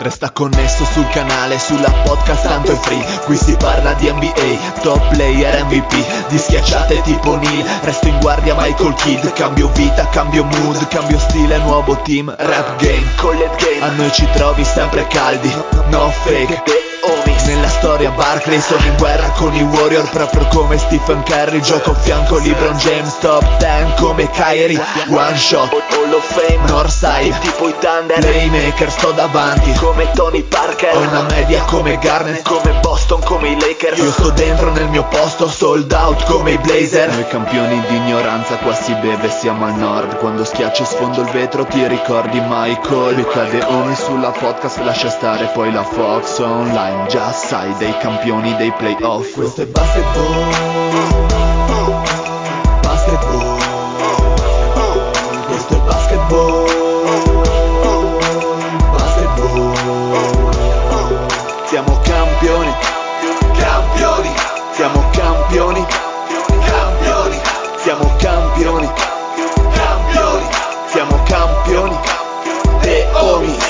Resta connesso sul canale, sulla podcast tanto è free. Qui si parla di NBA, top player MVP, di schiacciate tipo Neil. Resto in guardia Michael Kidd. Cambio vita, cambio mood, cambio stile, nuovo team. Rap game, collet game, a noi ci trovi sempre caldi. No fake, nella storia Barkley, sono in guerra con i Warrior, proprio come Stephen Curry. Gioco a fianco LeBron James, top 10 come Kyrie. One shot, Hall of Fame, Northside, tipo i Thunder. Playmaker, sto davanti come Tony Parker. Ho una media come Garnett, come Boston, come i Lakers. Io sto dentro nel mio posto, sold out come i Blazer. Noi campioni di ignoranza, qua si beve, siamo al nord. Quando schiaccio e sfondo il vetro ti ricordi Michael. Mi cade ogni sulla podcast, lascia stare poi la Fox online. Già sai, dei campioni dei playoff. Questo è basketball, basketball. Questo è basketball, basketball. Siamo campioni, campioni. Siamo campioni, campioni. Siamo campioni, campioni. Siamo campioni, The Homies.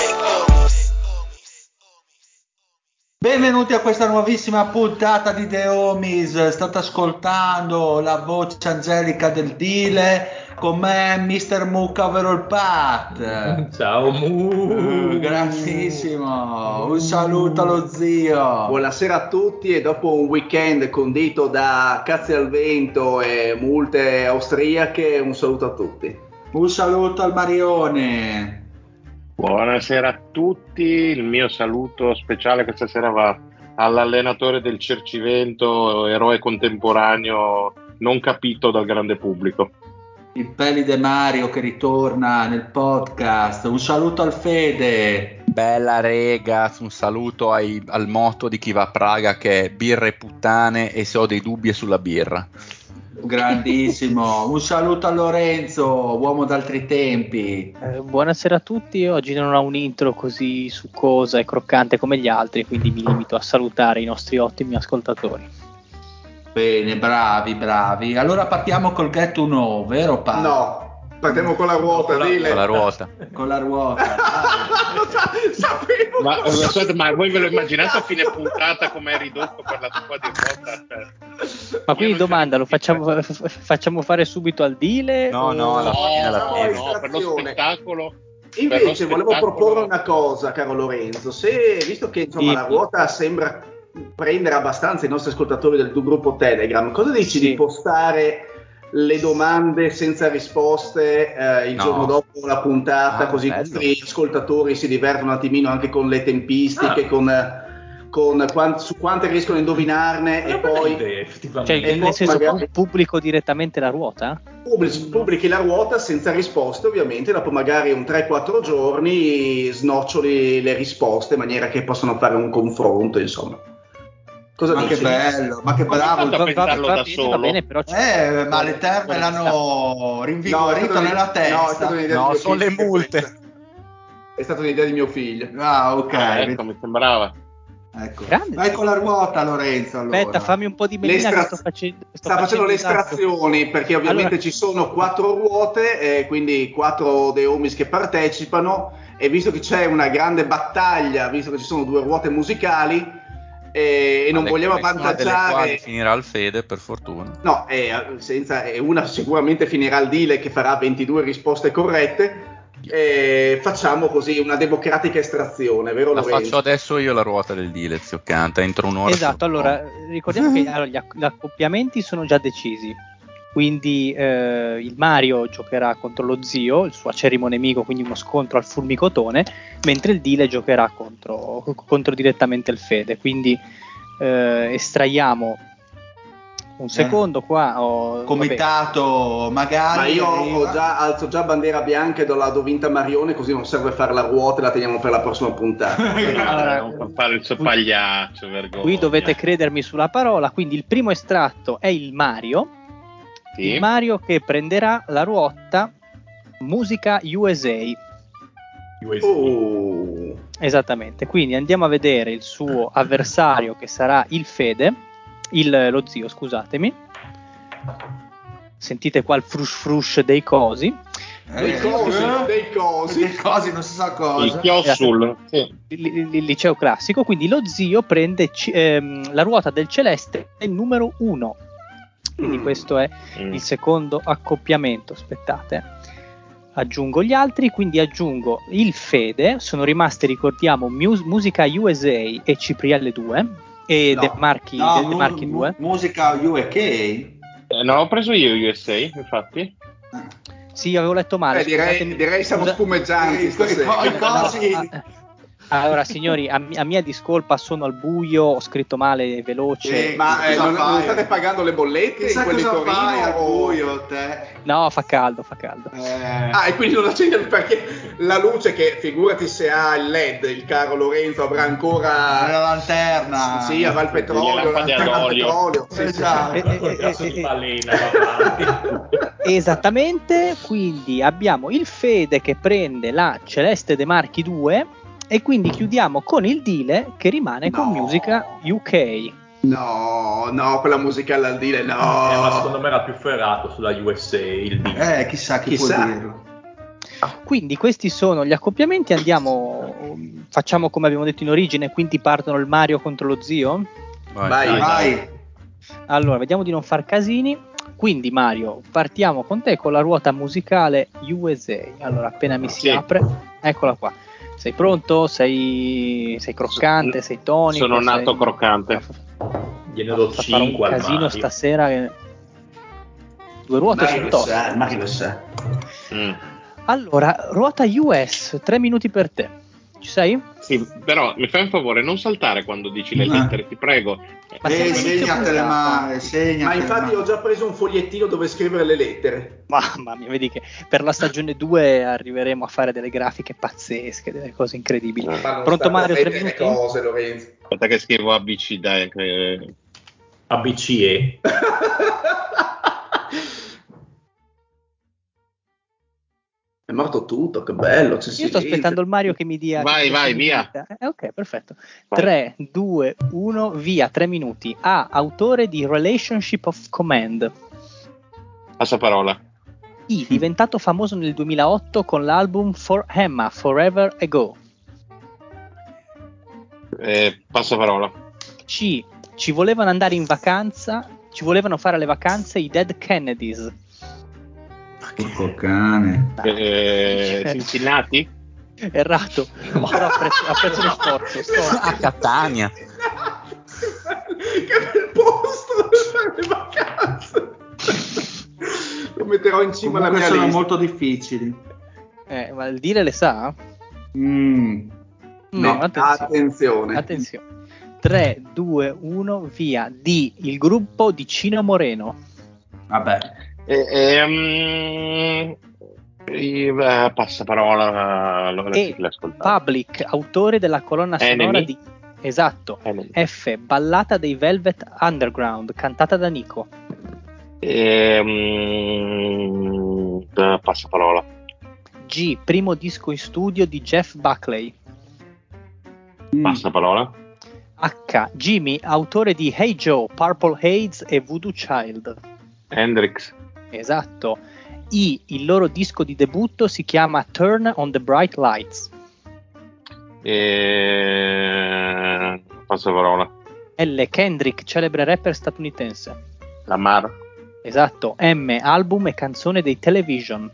Benvenuti a questa nuovissima puntata di The Homies. State ascoltando la voce angelica del Dile, con me Mr. Mucca, ovvero il Pat. Ciao Mu. Grandissimo, un saluto allo zio. Buonasera a tutti, e dopo un weekend condito da cazzi al vento e multe austriache, un saluto a tutti. Un saluto al Marione. Buonasera a tutti, il mio saluto speciale questa sera va all'allenatore del Cercivento, eroe contemporaneo non capito dal grande pubblico. Il Peli De Mario che ritorna nel podcast. Un saluto al Fede. Bella rega, un saluto al motto di chi va a Praga, che è birre e puttane, e se ho dei dubbi sulla birra. Grandissimo, un saluto a Lorenzo, uomo d'altri tempi. Buonasera a tutti, oggi non ho un intro così succosa e croccante come gli altri, quindi mi limito a salutare i nostri ottimi ascoltatori. Bene, bravi. Allora partiamo col get to know, vero Paolo? No, partiamo con la ruota, dile. Con la ruota. Con la ruota. Sapevo. Ma voi ve lo immaginate a fine puntata come è ridotto per la tua di ruota? Ma quindi domanda, lo facciamo fare subito al Dile? No, alla fine. No, per lo spettacolo. Invece volevo proporre una cosa, caro Lorenzo, visto che insomma Sì. la ruota sembra prendere abbastanza i nostri ascoltatori del tuo gruppo Telegram, cosa dici Sì. di postare le domande senza risposte il giorno dopo la puntata, così i bello. nostri ascoltatori si divertono un attimino anche con le tempistiche, su quante riescono a indovinarne, e poi Cioè, E nel poi senso, magari- pubblico direttamente la ruota? pubblichi la ruota senza risposte, ovviamente, dopo magari un 3-4 giorni snoccioli le risposte in maniera che possano fare un confronto, insomma. Cosa Ma che dici? bello, ma che bravo. fatto a pensarlo da Va solo? bene, però Ma le terme l'hanno rinvigorito nella No, è testa. stata un'idea di No, mio sono figlio. le multe. È stata un'idea di mio figlio. Ah, ok. Ecco, mi sembrava. Ecco. Grande. Vai con la ruota, Lorenzo. Allora. aspetta, fammi un po' di melina che sto Sta facendo le esatto. estrazioni, perché ovviamente Allora- ci sono 4 ruote, quindi 4 The Homies che partecipano, e visto che c'è una grande battaglia, visto che ci sono 2 ruote musicali, e non vogliamo Nessuna delle quali avvantaggiare. finirà il Fede, per fortuna. No, una sicuramente finirà il Dile, che farà 22 risposte corrette. Facciamo così una democratica estrazione, vero La Lorenzo? faccio adesso io la ruota del Dile, zio Canta, entro un'ora. Esatto, allora ricordiamo che gli accoppiamenti sono già decisi, quindi il Mario giocherà contro lo zio, il suo acerrimo nemico, quindi uno scontro al fulmicotone, mentre il Dile giocherà contro direttamente il Fede, quindi estraiamo un secondo qua. Comitato, magari. Ma io alzo già bandera bianca e do vinta a Marione, così non serve fare la ruota e la teniamo per la prossima puntata. Allora, Non fa fare il suo pagliaccio, vergogna. qui dovete credermi sulla parola, quindi il primo estratto è il Mario. Sì. Il Mario che prenderà la ruota musica USA. Oh. Esattamente, quindi andiamo a vedere il suo avversario, che sarà il Fede, lo zio, scusatemi. Sentite qua il frush frush dei cosi. Dei cosi, non si sa cosa. Il Chiosul, sì. Il liceo classico, quindi lo zio prende la ruota del celeste è il numero 1. Quindi questo è il secondo accoppiamento. Aspettate, aggiungo gli altri, quindi aggiungo il Fede, sono rimasti, ricordiamo, Musica USA e Ciprielle 2 e De Marchi 2. Musica UK? Non ho preso io USA, infatti. Sì, avevo letto male. Direi siamo spumeggianti stasera. Allora, signori, a mia discolpa, sono al buio, ho scritto male, veloce. Ma non state pagando le bollette in quelli Torino? Al buio, te? No, fa caldo. E quindi non accendi perché la luce, che figurati se ha il LED, il caro Lorenzo avrà ancora la lanterna. Sì, avrà il petrolio, la lanterna al petrolio. Esattamente, quindi abbiamo il Fede che prende la Celeste De Marchi 2 e quindi chiudiamo con il Dile che rimane con Musica UK. No, quella musicale al Dile no. Ma secondo me era più ferrato sulla USA il Dile. Chissà chi può dirlo. Quindi questi sono gli accoppiamenti, facciamo come abbiamo detto in origine, quindi partono il Mario contro lo zio? Vai. Allora, vediamo di non far casini. Quindi Mario, partiamo con te con la ruota musicale USA. Allora, appena mi si apre, eccola qua. Sei pronto? Sei croccante? Sei tonico? Sono nato croccante. Gliene do 5 al Mario. Un casino stasera. 2 ruote su top. Ma chi lo sa? Allora, ruota US, 3 minuti per te. Ci sei? Sì, però mi fai un favore, non saltare quando dici le lettere, ti prego. Segnatele, ma infatti ho già preso un fogliettino dove scrivere le lettere. Mamma mia, vedi che per la stagione 2 arriveremo a fare delle grafiche pazzesche, delle cose incredibili. Pronto Mario, 3 minuti? Cose, Lorenzo. Aspetta che scrivo ABC, dai. ABCE. È morto tutto, che bello. Io sto aspettando il Mario che mi dia. Vai, via. Ok, perfetto. 3, 2, 1, via. 3 minuti. Autore di Relationship of Command. Passaparola. I, diventato famoso nel 2008 con l'album For Emma, Forever Ago. Passaparola. C, ci volevano andare in vacanza, ci volevano fare le vacanze i Dead Kennedys. Porco cane. Cincinnati? Errato, però apprezzo lo sforzo. A Catania. Che bel posto dove fare le vacanze. Lo metterò in cima alla mia sono lista. molto difficili. Ma il dire le sa? No, attenzione. 3, 2, 1, via. D, il gruppo di Cino Moreno. Vabbè. Passaparola. Public, autore della colonna sonora di esatto. F, ballata dei Velvet Underground, cantata da Nico. Passaparola. G, primo disco in studio di Jeff Buckley. Passaparola. H, Jimmy, autore di Hey Joe, Purple Haze e Voodoo Child. Hendrix. Esatto. I, il loro disco di debutto si chiama Turn on the Bright Lights. Passaparola. L, Kendrick, celebre rapper statunitense. Lamar. Esatto. M, album e canzone dei Television.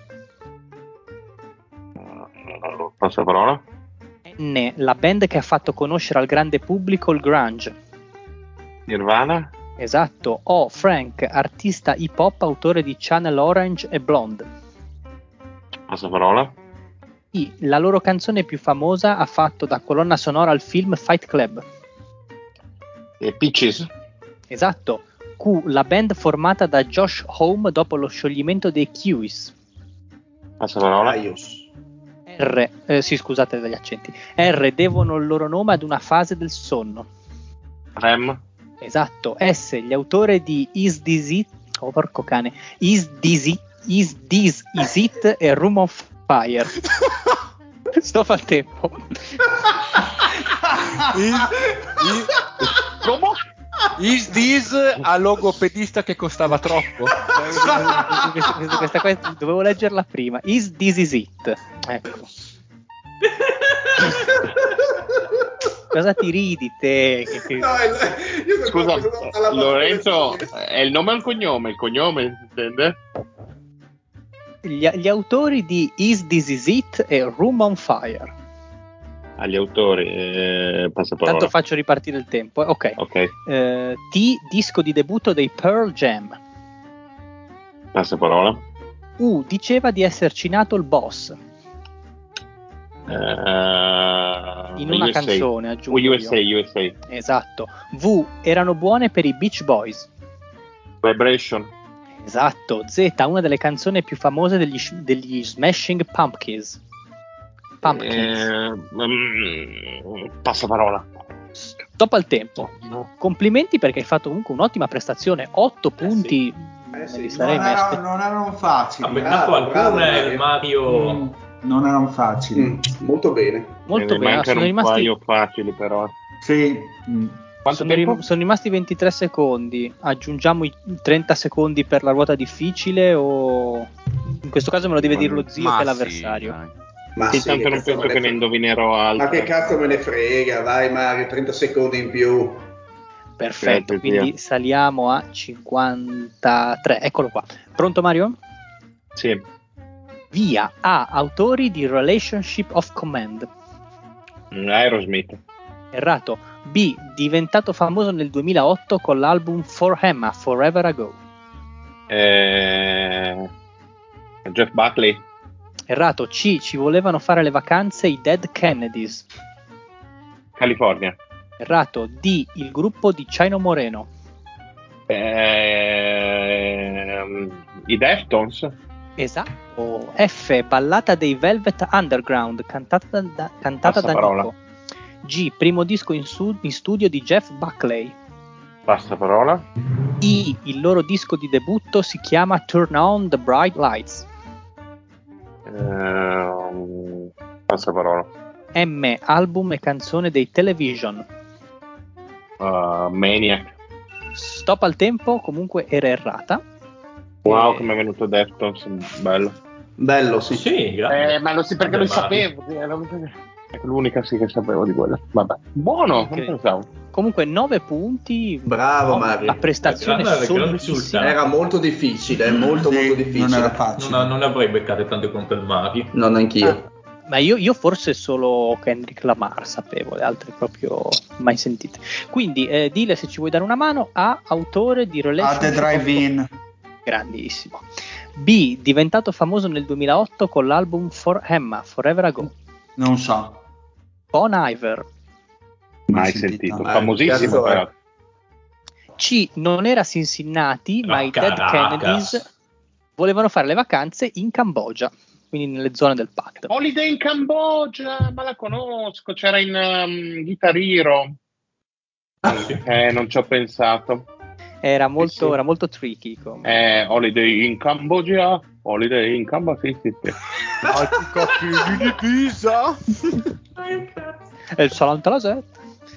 Passaparola. N, la band che ha fatto conoscere al grande pubblico il grunge. Nirvana. Esatto. O, Frank, artista hip hop, autore di Channel Orange e Blonde. Passaparola. I, la loro canzone più famosa ha fatto da colonna sonora al film Fight Club. Peaches. Esatto. Q, la band formata da Josh Homme dopo lo scioglimento dei Kiwis. Passaparola. R, scusate dagli accenti. R, devono il loro nome ad una fase del sonno. Rem. Esatto. S, gli autori di Is This It? Oh, porco cane. Is This Is It e Room of Fire. Stop al tempo. Come? Is this a logopedista che costava troppo? Questa dovevo leggerla prima. Is this is it? Ecco. Cosa ti ridi te? Scusa, Lorenzo, è il nome o il cognome? Il cognome, intende? Gli autori di Is This Is It e Room on Fire. Agli autori, passaparola. Tanto faccio ripartire il tempo. Ok. T, disco di debutto dei Pearl Jam. Passaparola. U, diceva di esserci nato il boss. In una USA. canzone, aggiungo USA. Esatto. V, erano buone per i Beach Boys. Vibration. Esatto. Z, una delle canzoni più famose degli Smashing Pumpkins. Passaparola. Stop al tempo. Complimenti perché hai fatto comunque un'ottima prestazione. 8 punti. Sì. Non erano facili. Ha beccato alcune il Mario. Non erano facili. Molto bene. Molto bene. Mancano un paio facili però. Sì. Sono rimasti 23 secondi. Aggiungiamo i 30 secondi per la ruota difficile o in questo caso me lo deve dire lo zio che è l'avversario. Sì, Ma sì, tanto non penso che ne indovinerò altro. Ma che cazzo me ne frega, vai Mario, 30 secondi in più. Perfetto, quindi saliamo a 53. Eccolo qua. Pronto Mario? Sì. Via. A, autori di Relationship of Command. Aerosmith. Errato. B, diventato famoso nel 2008 con l'album For Emma, Forever Ago. Jeff Buckley. Errato. C, ci volevano fare le vacanze i Dead Kennedys. California. Errato. D, il gruppo di Chino Moreno. I Deftones. Esatto. F, ballata dei Velvet Underground, cantata da Nico. G, primo disco in studio di Jeff Buckley. Passaparola. I, il loro disco di debutto si chiama Turn On the Bright Lights. Passaparola. M, album e canzone dei Television. Maniac. Stop al tempo, comunque era errata. Wow, come è venuto Deftones, bello, sì. Sì, grazie. Ma lo sì, perché lo sapevo. È l'unica sì che sapevo di quella. Vabbè. Buono, non pensavo. Comunque 9 punti. Bravo Mario. La prestazione solidissima. Era molto difficile, molto difficile. Non era facile. Non avrei beccate tante contro il Mario. No, anch'io. Ma io forse solo Kendrick Lamar sapevo, le altre proprio mai sentite. Quindi dile se ci vuoi dare una mano. A, autore di Relationship. The Drive-In. Grandissimo. B, diventato famoso nel 2008 con l'album For Emma, Forever Ago. Non so. Bon Iver. Mai sentito. Famosissimo però. C, non era Cincinnati, ma i Dead Kennedys volevano fare le vacanze in Cambogia, quindi nelle zone del Pact. Holiday in Cambogia, ma la conosco, c'era in Guitar Hero. Non ci ho pensato. Era molto tricky. Holiday in Cambogia, sì. Capelli di Pisa. E il Salante alla 7.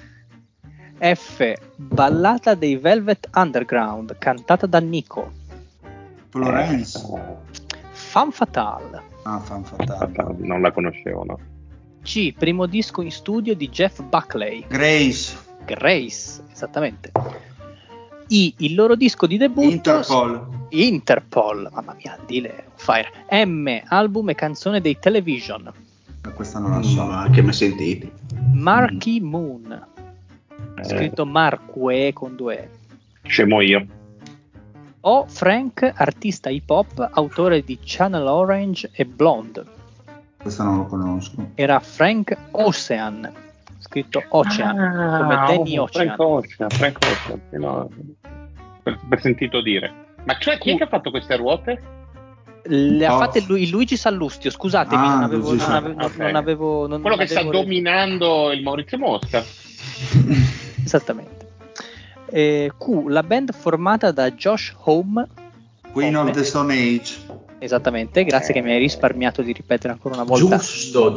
F, ballata dei Velvet Underground, cantata da Nico. Florence. Fan Fatale. Fan Fatale. Non la conoscevo, no. C, primo disco in studio di Jeff Buckley. Grace, esattamente. I, il loro disco di debutto. Interpol, mamma mia, dile fire. M, album e canzone dei Television. Questa non la so. Anche mai sentiti. Marquee Moon. Scritto Marque con 2 E. Scemo io. O, Frank, artista hip hop, autore di Channel Orange e Blonde. Questa non lo conosco. Era Frank Ocean, scritto Ocean, come Danny Ocean. Frank Ocean, no, per sentito dire. Ma cioè chi è che ha fatto queste ruote? Le ha fatte il Luigi Sallustio, scusatemi, non avevo quello che sta dominando il Maurizio Mosca. Esattamente. Q, la band formata da Josh Homme, Queen of the Stone Age. Esattamente, grazie che mi hai risparmiato di ripetere ancora una volta. Giusto.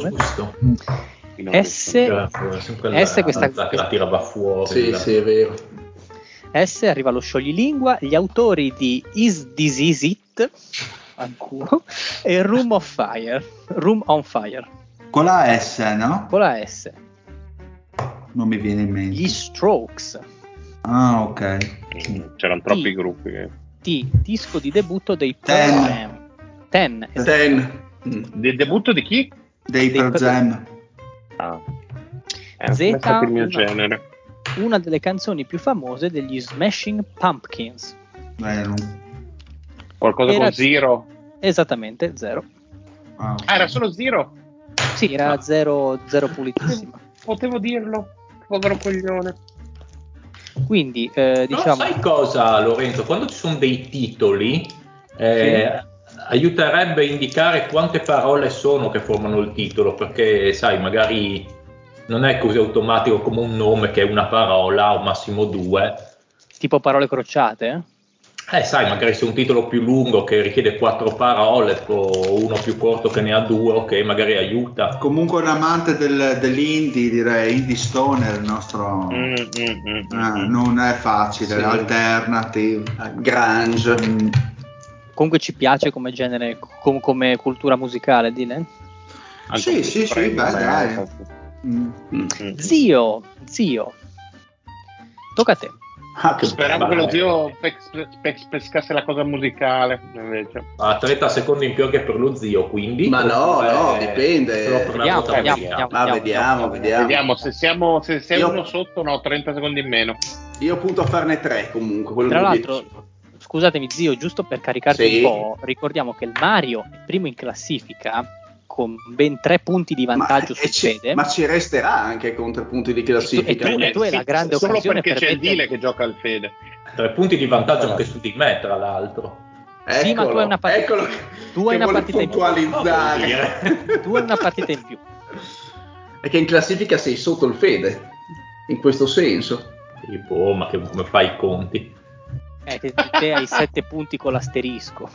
S, questa la tirava fuori. Sì, è vero. S arriva lo scioglilingua, gli autori di Is This Is It al culo, e Room on Fire Con la S, no? con la S. Non mi viene in mente. Gli Strokes. Ah, ok. C'erano troppi gruppi che... Disco di debutto dei Ten. Pearl Jam. Ten. Del debutto di chi? Dei Pearl Jam. Ah. Z, Non è stato il mio genere. una delle canzoni più famose degli Smashing Pumpkins. Qualcosa Era con Zero? Esattamente, zero. Ah, Ah, era solo Zero? Sì, era zero pulitissima. Potevo dirlo, povero coglione. Quindi, Però diciamo... sai cosa, Lorenzo? Quando ci sono dei titoli, aiuterebbe a indicare quante parole sono che formano il titolo, perché sai, magari non è così automatico come un nome che è una parola o massimo due. Tipo parole crociate? Sai, magari se un titolo più lungo che richiede 4 parole, o uno più corto che ne ha 2, ok, magari aiuta. Comunque un amante dell'indie, direi, indie stoner, il nostro... non è facile, Sì. alternative, grunge. Comunque ci piace come genere, come cultura musicale, Dylan? Sì, beh, dai. Zio, tocca a te. Ah, che Speravo che bello. lo zio pescasse la cosa musicale, invece. A 30 secondi in più anche per lo zio, quindi. Ma no, oppure dipende. solo per la Vediamo, quota vediamo. media. Vediamo, se sei Io- uno sotto, no, 30 secondi in meno. Io punto a farne 3 comunque. Quello Tra che ho l'altro, detto. scusatemi zio, giusto per caricarti Sì. un po', ricordiamo che il Mario è primo in classifica con ben 3 punti di vantaggio su Fede. Ma ci resterà anche con 3 punti di classifica. E tu hai la grande solo occasione perché per c'è il mettere- Dile che gioca al Fede. 3 punti di vantaggio anche su di me, tra l'altro. Sì, ma tu hai una partita, Eccolo tu hai che una vuole partita in più. puntualizzare. Tu hai una partita in più. È che in classifica sei sotto il Fede, in questo senso. Tipo, ma come fai i conti? Te hai 7 punti con l'asterisco.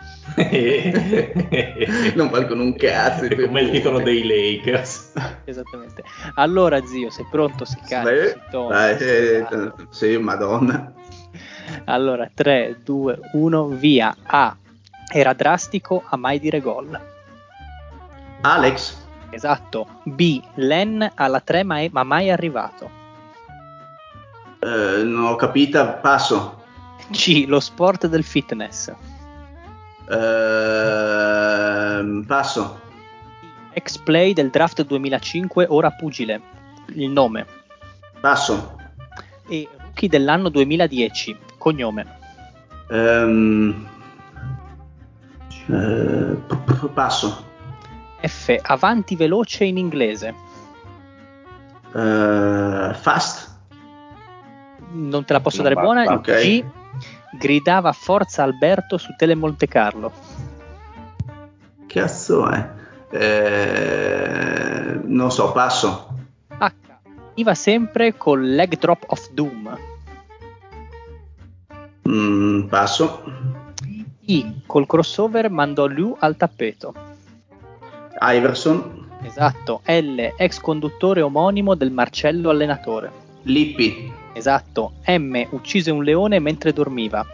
Non valgono un cazzo. È come il titolo dei Lakers. Esattamente. Allora zio, sei pronto? Si carica, si torna. Sì, madonna. Allora, 3, 2, 1, via. A. Era drastico a mai dire gol. Alex. Esatto. B. Len alla 3 ma mai arrivato. Non ho capita, passo. C. Lo sport del fitness. Passo. Ex play del draft 2005, ora pugile. Il nome. Passo. E rookie dell'anno 2010. Cognome. Passo. F. Avanti veloce in inglese. Fast. Non te la posso Non dare basta. buona. Ok. G. Gridava Forza Alberto su Tele Monte Carlo. Cazzo è? Non so, passo. H. Iva sempre col leg drop of doom. Passo. I. Col crossover mandò Liu al tappeto. Iverson. Esatto. L. Ex conduttore omonimo del Marcello allenatore. Lippi. Esatto. M. Uccise un leone mentre dormiva.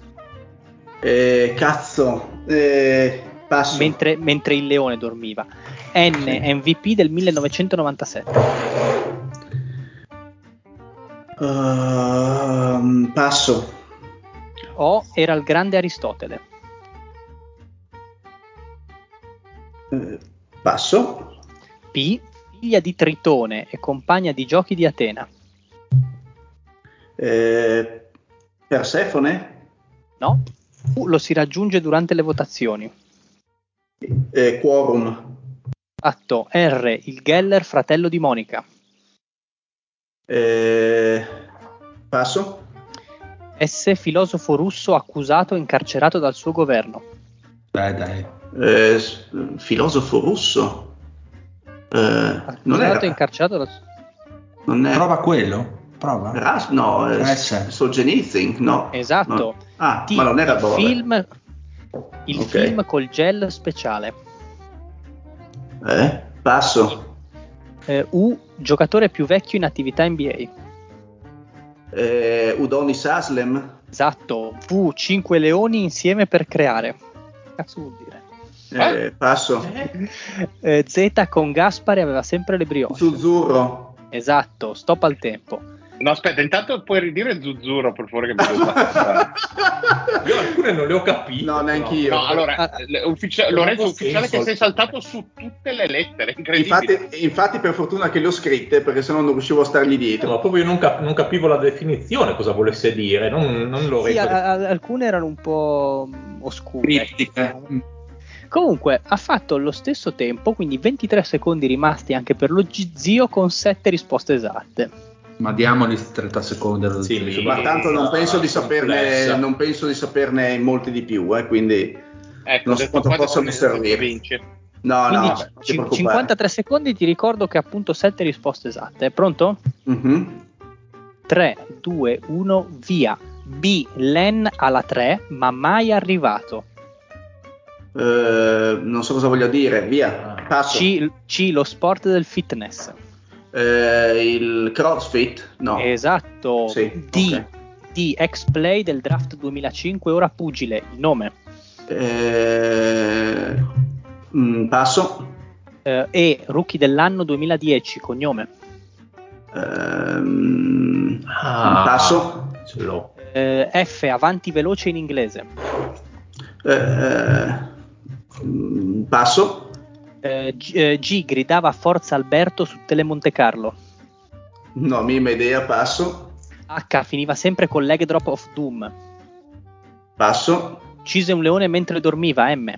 Cazzo. Passo. Mentre il leone dormiva. N. MVP del 1997. Passo. O. Era il grande Aristotele. Passo. P. Figlia di Tritone e compagna di giochi di Atena. Persefone. No. Q. Lo si raggiunge durante le votazioni. Quorum. Atto. R. Il Geller, fratello di Monica. Passo. S. Filosofo russo accusato e incarcerato dal suo governo. Dai. Filosofo russo. Non Accusato era. e incarcerato dal Non è. Prova quello. Prova. No, S. Solzhenitsyn, no. Esatto. No. T. Ma non era Bove. Il Ok. film col gel speciale. Passo. U. Giocatore più vecchio in attività NBA. Udonis Haslem. Esatto, V, 5 leoni insieme per creare. Cazzo vuol dire? Passo. Z con Gaspari aveva sempre le brioche. Zuzzurro. Esatto, stop al tempo. No, aspetta, intanto puoi ridire Zuzzurro, per favore, che mi devo fare. Io alcune non le ho capite. No, neanche io. No, allora, Lorenzo, ufficiale senso. che sei saltato su tutte le lettere, incredibile. Infatti per fortuna che le ho scritte, perché sennò non riuscivo a stargli No, dietro. ma proprio io non capivo la definizione, cosa volesse dire, non lo Sì, reso. alcune erano un po' oscure. Criptiche. Comunque ha fatto lo stesso tempo, quindi 23 secondi rimasti anche per lo zio con 7 risposte esatte. Ma diamogli 30 secondi allo Sì, zio. mi- Ma tanto non penso di complessa. saperne molti di più, quindi Ecco, non so detto quanto qua, possano detto servire. vince. No, Quindi non ti preoccupare. 53 secondi, ti ricordo che ha appunto 7 risposte esatte. È pronto? Mhm. 3, 2, 1, via. B, Len alla 3, ma mai arrivato. Non so cosa voglia dire, via. Passo. C, lo sport del fitness. Il CrossFit? No. Esatto. Sì, D, ok. D, ex-play del draft 2005, ora pugile. Il nome. Passo. E, rookie dell'anno 2010, cognome. Passo. Ce l'ho. F, avanti veloce in inglese. Passo. G, gridava a Forza Alberto su Tele Monte Carlo. No, minima idea, passo. H, finiva sempre con leg drop of doom. Passo. Uccise un leone mentre dormiva. M.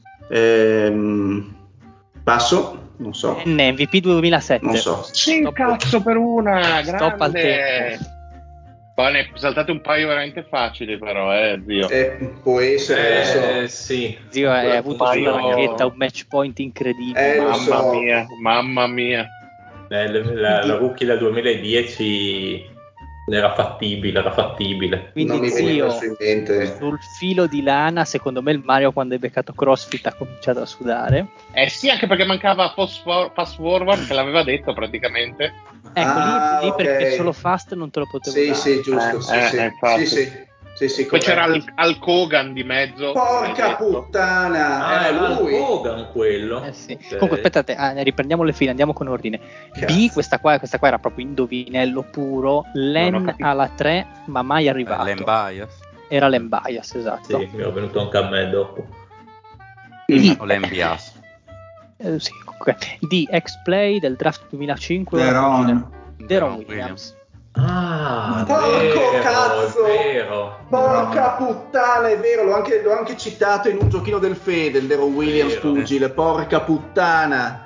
Passo. Non so. N, MVP 2007. Non so. Sì, Stop- cazzo, per una, Stop al grande. tempo. Poi ne saltate un paio veramente facili, però, zio. Può essere, adesso. Sì. Zio hai avuto Ma sulla no. racchetta un match point incredibile. Lo Mamma so. mia, mamma mia. La rookie del 2010 era fattibile. Quindi Non mi veniva zio, su in mente. sul filo di lana, secondo me il Mario quando hai beccato CrossFit ha cominciato a sudare. Sì, anche perché mancava fast forward, che l'aveva detto praticamente. Ecco, lì ok. perché solo fast non te lo potevo Sì, dare. sì, giusto. Sì, infatti. sì, Poi c'era corretto. Hulk Hogan di mezzo. Porca detto. puttana, era lui. Hogan quello. Sì. Ok. Comunque aspettate, riprendiamo le file, andiamo con ordine. B, Cazzo. questa qua era proprio indovinello puro. Non ho Len capito. alla 3, ma mai arrivato. Len Bias Era Len Bias, esatto. Sì, mi è venuto anche a me dopo. D, o Len Bias. sì, comunque. D, ex-play del draft 2005. Deron. Deron Williams. Ah, Porco cazzo! è vero. Porca puttana, è vero, l'ho anche citato in un giochino del Fede, il Deron Williams Vero. pugile, porca puttana.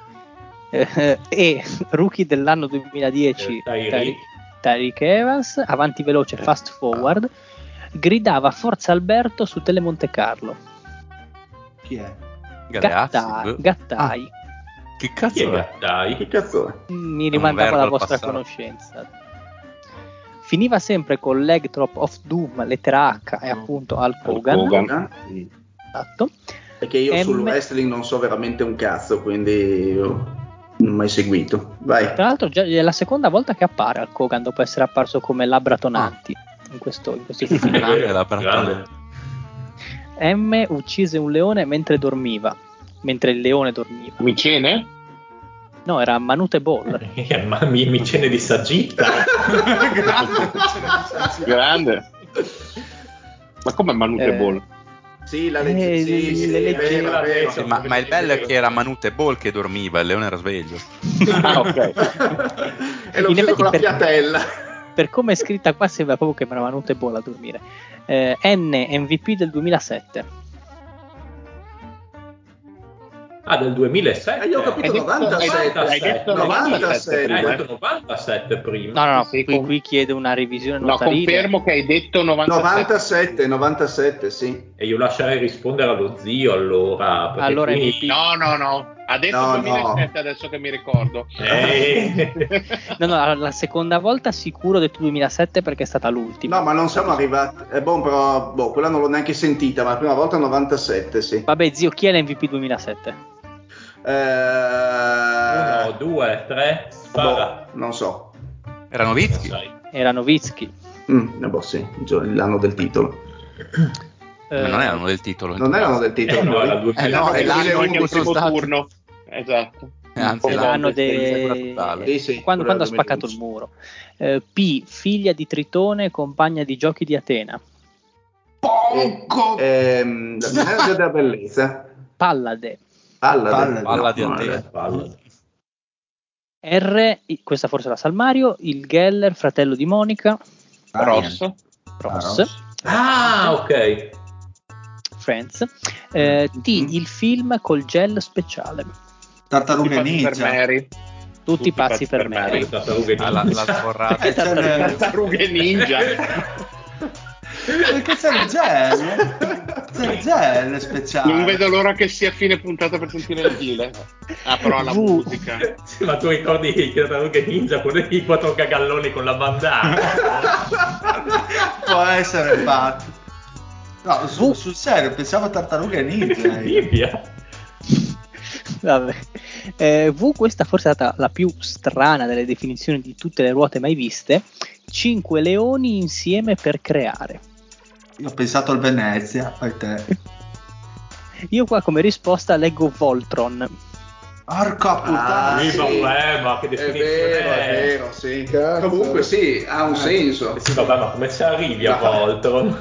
E rookie dell'anno 2010 Tyreek Evans, avanti veloce, fast forward, gridava Forza Alberto su Tele Monte Carlo. Chi è? Galeazzi. Gattai. Che Chi cazzo è è? Gattai? Che cazzo è? Mi un rimandavo verbo alla al vostra passato. conoscenza. Finiva sempre con leg drop of doom, lettera H, e appunto Hulk Hogan. Hogan. Esatto. Perché io sul M. wrestling non so veramente un cazzo, quindi non ho mai seguito. Vai. Tra l'altro già è la seconda volta che appare Hulk Hogan dopo essere apparso come Labbra Tonanti in questo film. Grande la Grande. M uccise un leone mentre il leone dormiva. Micene? No, era Manute Ball. Ma mi cene di sagitta. Grande. Ma come Manute Ball? Sì, la le leggende. è vero. Sì, ma il bello è che era Manute Ball che dormiva, il leone era sveglio. Ah, ok. E l'ho In ucciso effetti con la per- fiatella. Per come è scritta qua sembra proprio che era Manute Ball a dormire. N, MVP del 2007. Ah, del 2007? Io ho capito Hai detto- 97. hai detto 97. prima. Hai detto 97 prima. No, Sì, qui chiede una revisione No, notarile. confermo che hai detto 97. 97, sì. E io lascerei rispondere allo zio allora. Perché Allora qui... MVP. No. Ha detto No, 2007 adesso che mi ricordo. No, la seconda volta sicuro ho detto 2007 perché è stata l'ultima. No, ma non siamo arrivati. È buono, però quella non l'ho neanche sentita, ma la prima volta 97, sì. Vabbè, zio, chi è l'MVP 2007? 1, 2, 3, spara. Non so. Era Nowitzki? Sai. era Nowitzki. Boh, sì, l'anno del titolo. Ma non erano del titolo. Non erano del titolo. No, era è l'anno anche il primo stato... turno. Esatto. Anzi, l'anno quando ha spaccato il muro. P, figlia di Tritone, compagna di giochi di Atena. Non era della bellezza. Pallade. Palla di Atena. R, questa forse la Salmario, il Geller, fratello di Monica. Ross. Ah, ok. Friends. T, il film col gel speciale. Tartarughe Ninja. Tutti pazzi per Mary. La sforrata. Tartarughe Ninja. Perché c'è il gel speciale. Non vedo l'ora che sia fine puntata per sentire il Dile. Però la musica. Sì, ma tu ricordi che Tartarughe Ninja con i 4 cagalloni con la bandana? Può essere fatto. No, sul serio, pensavo a Tartarughe Ninja. Bibbia. Vabbè. V, questa forse è stata la più strana delle definizioni di tutte le ruote mai viste. 5 leoni insieme per creare. Io ho pensato al Venezia, fai te. Io qua come risposta leggo Voltron. Porca puttana. Sì. Vabbè, ma che definizione È vero, sì. Cazzo. Comunque sì, ha un senso. Sì, vabbè, ma come ci arrivi a Voltron?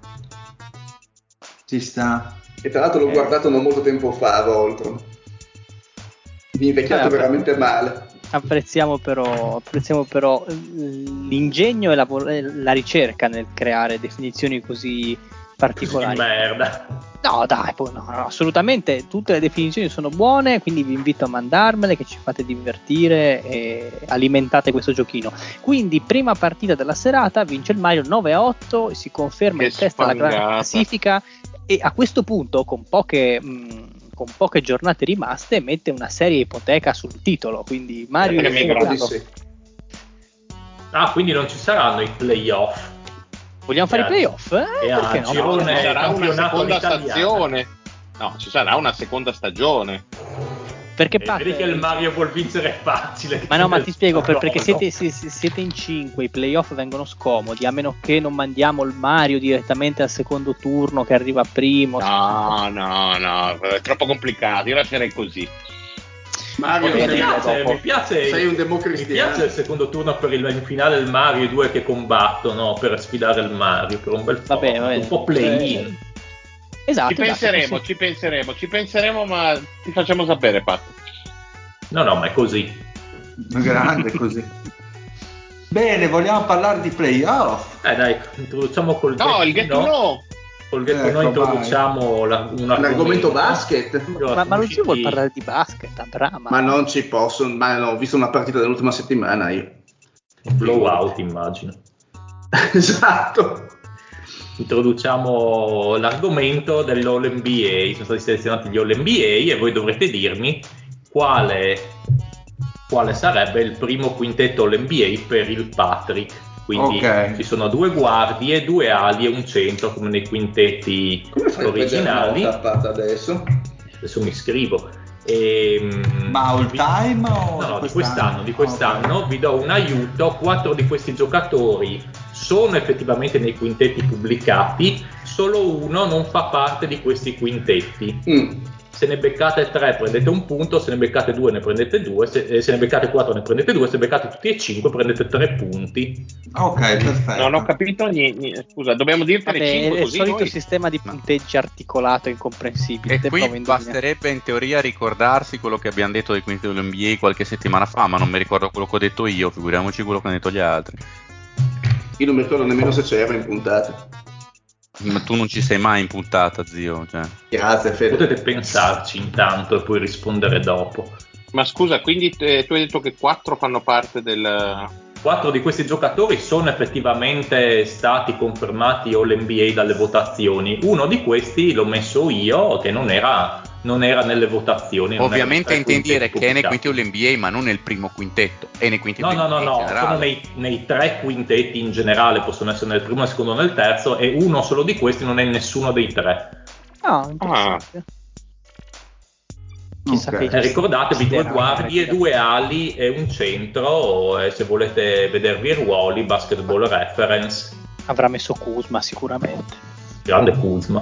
Ci sta. E tra l'altro l'ho guardato non molto tempo fa, Voltron. Mi è invecchiato veramente male. Apprezziamo però l'ingegno e la ricerca nel creare definizioni così particolari. Merda. No, dai, no, assolutamente tutte le definizioni sono buone, quindi vi invito a mandarmele, che ci fate divertire e alimentate questo giochino. Quindi prima partita della serata, vince il Mario 9-8, si conferma in testa alla classifica e a questo punto con poche giornate rimaste mette una seria ipoteca sul titolo, quindi Mario quindi non ci saranno i playoff. Vogliamo fare i playoff? Perché no? Ci sarà una seconda stagione. No, ci sarà una seconda stagione. Perché vedi che il Mario vuol vincere facile. Ma no, ma ti spiego perché siete in 5, i playoff vengono scomodi, a meno che non mandiamo il Mario direttamente al secondo turno che arriva primo. No, è troppo complicato, io lascerei così. Mario, mi piace sei un democristiano. Mi piace il secondo turno per il finale del Mario, i due che combattono per sfidare il Mario, per un bel un po' play-in. Esatto, ci penseremo, ma ti facciamo sapere, Pat. No, ma è così. Grande così. Bene, vogliamo parlare di playoff? Dai, introduciamo col il Get to Know. Col Get to Know introduciamo un argomento basket. Ma non si vuole parlare di basket, drama. Ma non ci posso, ma ho visto una partita dell'ultima settimana io. Blowout, immagino. Esatto. Introduciamo l'argomento dell'All NBA. Sono stati selezionati gli All NBA e voi dovrete dirmi quale sarebbe il primo quintetto All NBA per il Patrick. Quindi ci sono 2 guardie, 2 ali e un centro come nei quintetti originali. Adesso mi scrivo. Ma all time o no, di quest'anno. Okay. Vi do un aiuto. 4 di questi giocatori sono effettivamente nei quintetti pubblicati, solo uno non fa parte di questi quintetti. Se ne beccate 3 prendete un punto, se ne beccate 2 ne prendete 2, se ne beccate 4 ne prendete 2, se ne beccate tutti e 5 prendete 3 punti. Ok, perfetto. Non ho capito scusa, dobbiamo dirtene 5 così? È il solito sistema di punteggi articolato e incomprensibile. E qui basterebbe in teoria ricordarsi quello che abbiamo detto dei quintetti dell'NBA qualche settimana fa, ma non mi ricordo quello che ho detto io, figuriamoci quello che hanno detto gli altri. Io non mi ricordo nemmeno se c'era in puntata. Ma tu non ci sei mai in puntata, zio. Cioè. Grazie, Fede. Potete pensarci intanto e poi rispondere dopo. Ma scusa, quindi tu hai detto che 4 fanno parte del... 4 di questi giocatori sono effettivamente stati confermati All-NBA dalle votazioni. Uno di questi l'ho messo io, che non era nelle votazioni. Ovviamente intendi dire che è nei quintetti All-NBA, ma non nel primo quintetto, è nei quintetti no, sono nei 3 quintetti in generale, possono essere nel primo, nel secondo, nel terzo, e uno solo di questi non è nessuno dei 3. Interessante. Chissà che ricordatevi 2 guardie, 2 ali e un centro, e se volete vedervi i ruoli, Basketball Reference. Avrà messo Kuzma sicuramente. Grande Kuzma.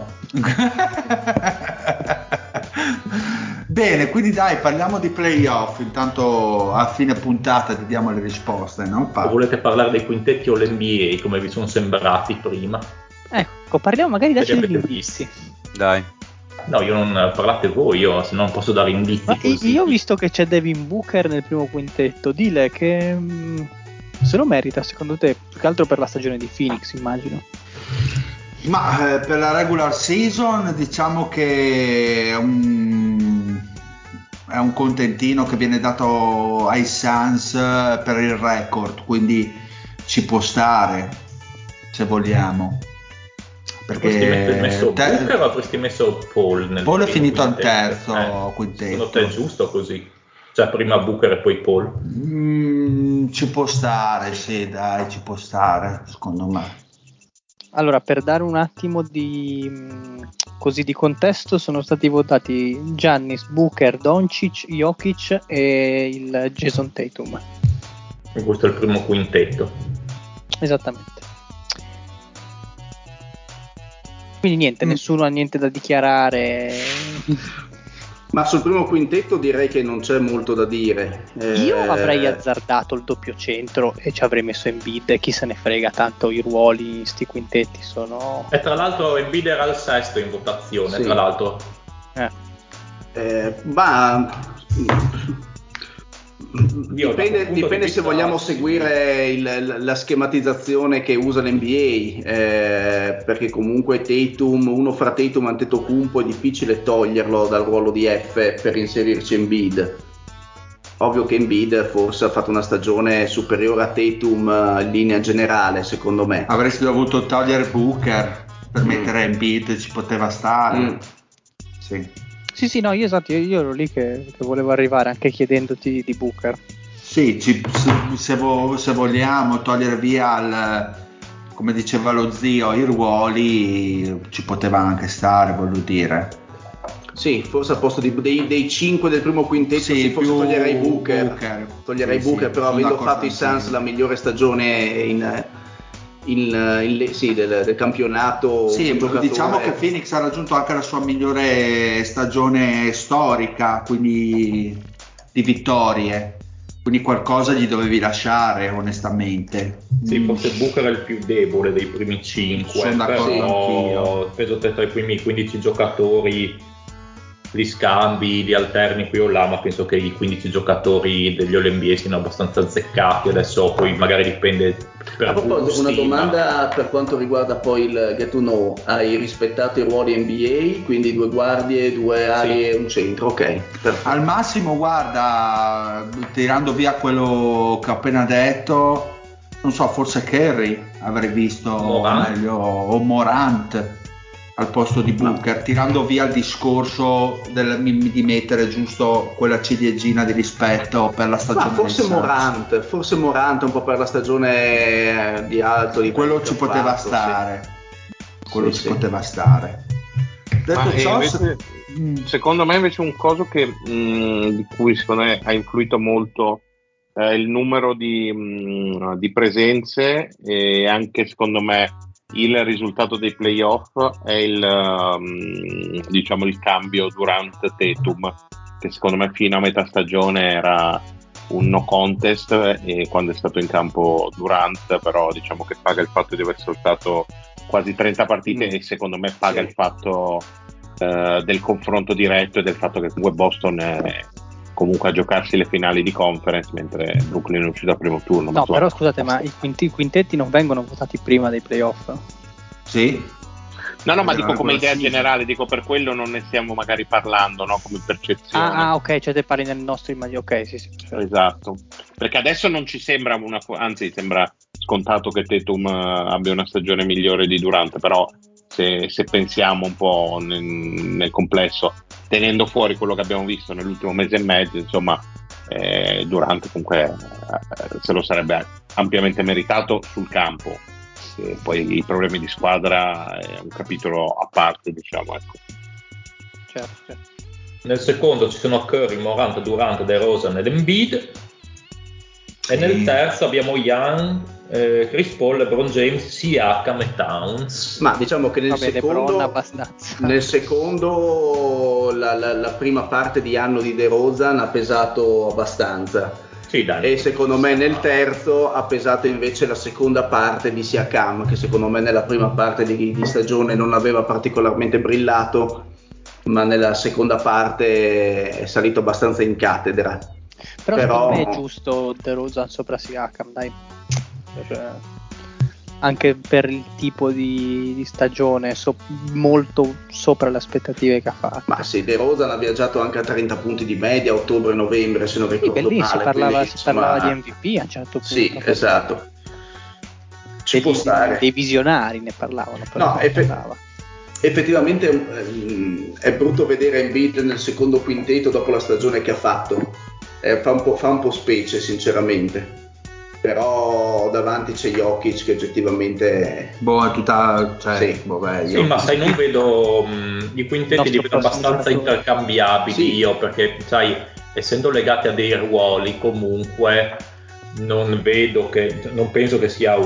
Bene, quindi dai, parliamo di playoff. Intanto a fine puntata ti diamo le risposte, no? O volete parlare dei quintetti o l'NBA come vi sono sembrati prima? Ecco, parliamo magari adesso degli indizi. Dai. No, io non parlate voi, io se non posso dare indizi. Ma così. io ho visto che c'è Devin Booker nel primo quintetto. Dile che se lo merita secondo te, più che altro per la stagione di Phoenix, immagino. Ma per la regular season diciamo che è un contentino che viene dato ai Suns per il record, quindi ci può stare se vogliamo. Perché avresti messo Booker o avresti messo Paul? Paul è finito al quintetto? terzo quintetto. Secondo te è giusto così? Cioè prima Booker e poi Paul? Ci può stare, sì, dai, ci può stare, secondo me. Allora, per dare un attimo di contesto, sono stati votati Giannis, Booker, Doncic, Jokic e il Jason Tatum. E questo è il primo quintetto. Esattamente. Quindi niente, nessuno ha niente da dichiarare. Ma sul primo quintetto direi che non c'è molto da dire. Io avrei azzardato il doppio centro e ci avrei messo Embiid, e chi se ne frega, tanto i ruoli in sti quintetti sono... E tra l'altro Embiid era al sesto in votazione, sì. Tra l'altro. Ma dipende se vogliamo seguire la schematizzazione che usa l'NBA, perché comunque Tatum, uno fra Tatum e Antetokounmpo è difficile toglierlo dal ruolo di F per inserirci Embiid. Ovvio che Embiid forse ha fatto una stagione superiore a Tatum in linea generale, secondo me. Avresti dovuto togliere Booker per mettere Embiid, ci poteva stare. Sì, no, io ero lì che volevo arrivare anche chiedendoti di Booker. Sì, se vogliamo togliere via come diceva lo zio, i ruoli, ci poteva anche stare, voglio dire. Sì, forse al posto dei 5 del primo quintetto sì, forse toglierei Booker. Toglierei Booker, però avendo fatto i Suns la migliore stagione del campionato. Sì, diciamo che Phoenix ha raggiunto anche la sua migliore stagione storica, quindi di vittorie. Quindi qualcosa gli dovevi lasciare, onestamente. Sì, forse Booker è il più debole dei primi 5. Sono d'accordo anch'io. Penso che tra i primi 15 giocatori li scambi, li alterni qui o là, ma penso che i 15 giocatori degli All-NBA siano abbastanza azzeccati. Adesso poi magari dipende per a proposito, una domanda ma... per quanto riguarda poi il Get to Know. Hai rispettato i ruoli NBA, quindi 2 guardie, 2 ali e un centro, ok, perfetto. Al massimo, guarda, tirando via quello che ho appena detto, non so, forse Curry avrei visto meglio, o Morant al posto di Booker, tirando via il discorso di mettere giusto quella ciliegina di rispetto per la stagione. Ma forse Morant un po' per la stagione di alto livello. Quello ci poteva stare. Quello ci poteva stare. Detto ciò, secondo me invece un coso di cui secondo me ha influito molto il numero di presenze, e anche secondo me il risultato dei playoff è il cambio Durant-Tatum, che secondo me fino a metà stagione era un no contest, e quando è stato in campo Durant però diciamo che paga il fatto di aver saltato quasi 30 partite, e secondo me paga il fatto del confronto diretto e del fatto che comunque Boston è comunque a giocarsi le finali di conference, mentre Brooklyn è uscito al primo turno. No, però scusate, ma i quintetti non vengono votati prima dei playoff? Sì. No, ma dico come idea generale, dico per quello non ne stiamo magari parlando, no? Come percezione. Ok, cioè te parli nel nostro immagine, ok, sì. Esatto, perché adesso non ci sembra anzi sembra scontato che Tatum abbia una stagione migliore di Durant, però se pensiamo un po' nel complesso, tenendo fuori quello che abbiamo visto nell'ultimo mese e mezzo, insomma, Durant comunque se lo sarebbe ampiamente meritato sul campo. Poi i problemi di squadra è un capitolo a parte, diciamo, ecco. Certo. nel secondo ci sono Curry, Morant, Durant, DeRozan ed Embiid, e nel terzo abbiamo Young, Chris Paul, LeBron James, Siakam e Towns. Ma diciamo che nel secondo la prima parte di anno di DeRozan ha pesato abbastanza. Sì, dai. E secondo me nel terzo ha pesato invece la seconda parte di Siakam, che secondo me nella prima parte di stagione non aveva particolarmente brillato, ma nella seconda parte è salito abbastanza in cattedra. Però secondo me è giusto DeRozan sopra Siakam, dai. Anche per il tipo di stagione molto sopra le aspettative che ha fatto. Ma sì, DeRozan ha viaggiato anche a 30 punti di media ottobre-novembre, se non ricordo male. Si parlava di MVP a un certo punto. Sì, esatto. Ci può stare. Dei visionari ne parlavano. No, effettivamente è brutto vedere Embiid nel secondo quintetto dopo la stagione che ha fatto. Fa un po' specie, sinceramente. Però davanti c'è Jokic che oggettivamente è tutta, sì, ma sai, non vedo i quintetti li vedo abbastanza intercambiabili io, perché sai, essendo legati a dei ruoli comunque non penso che sia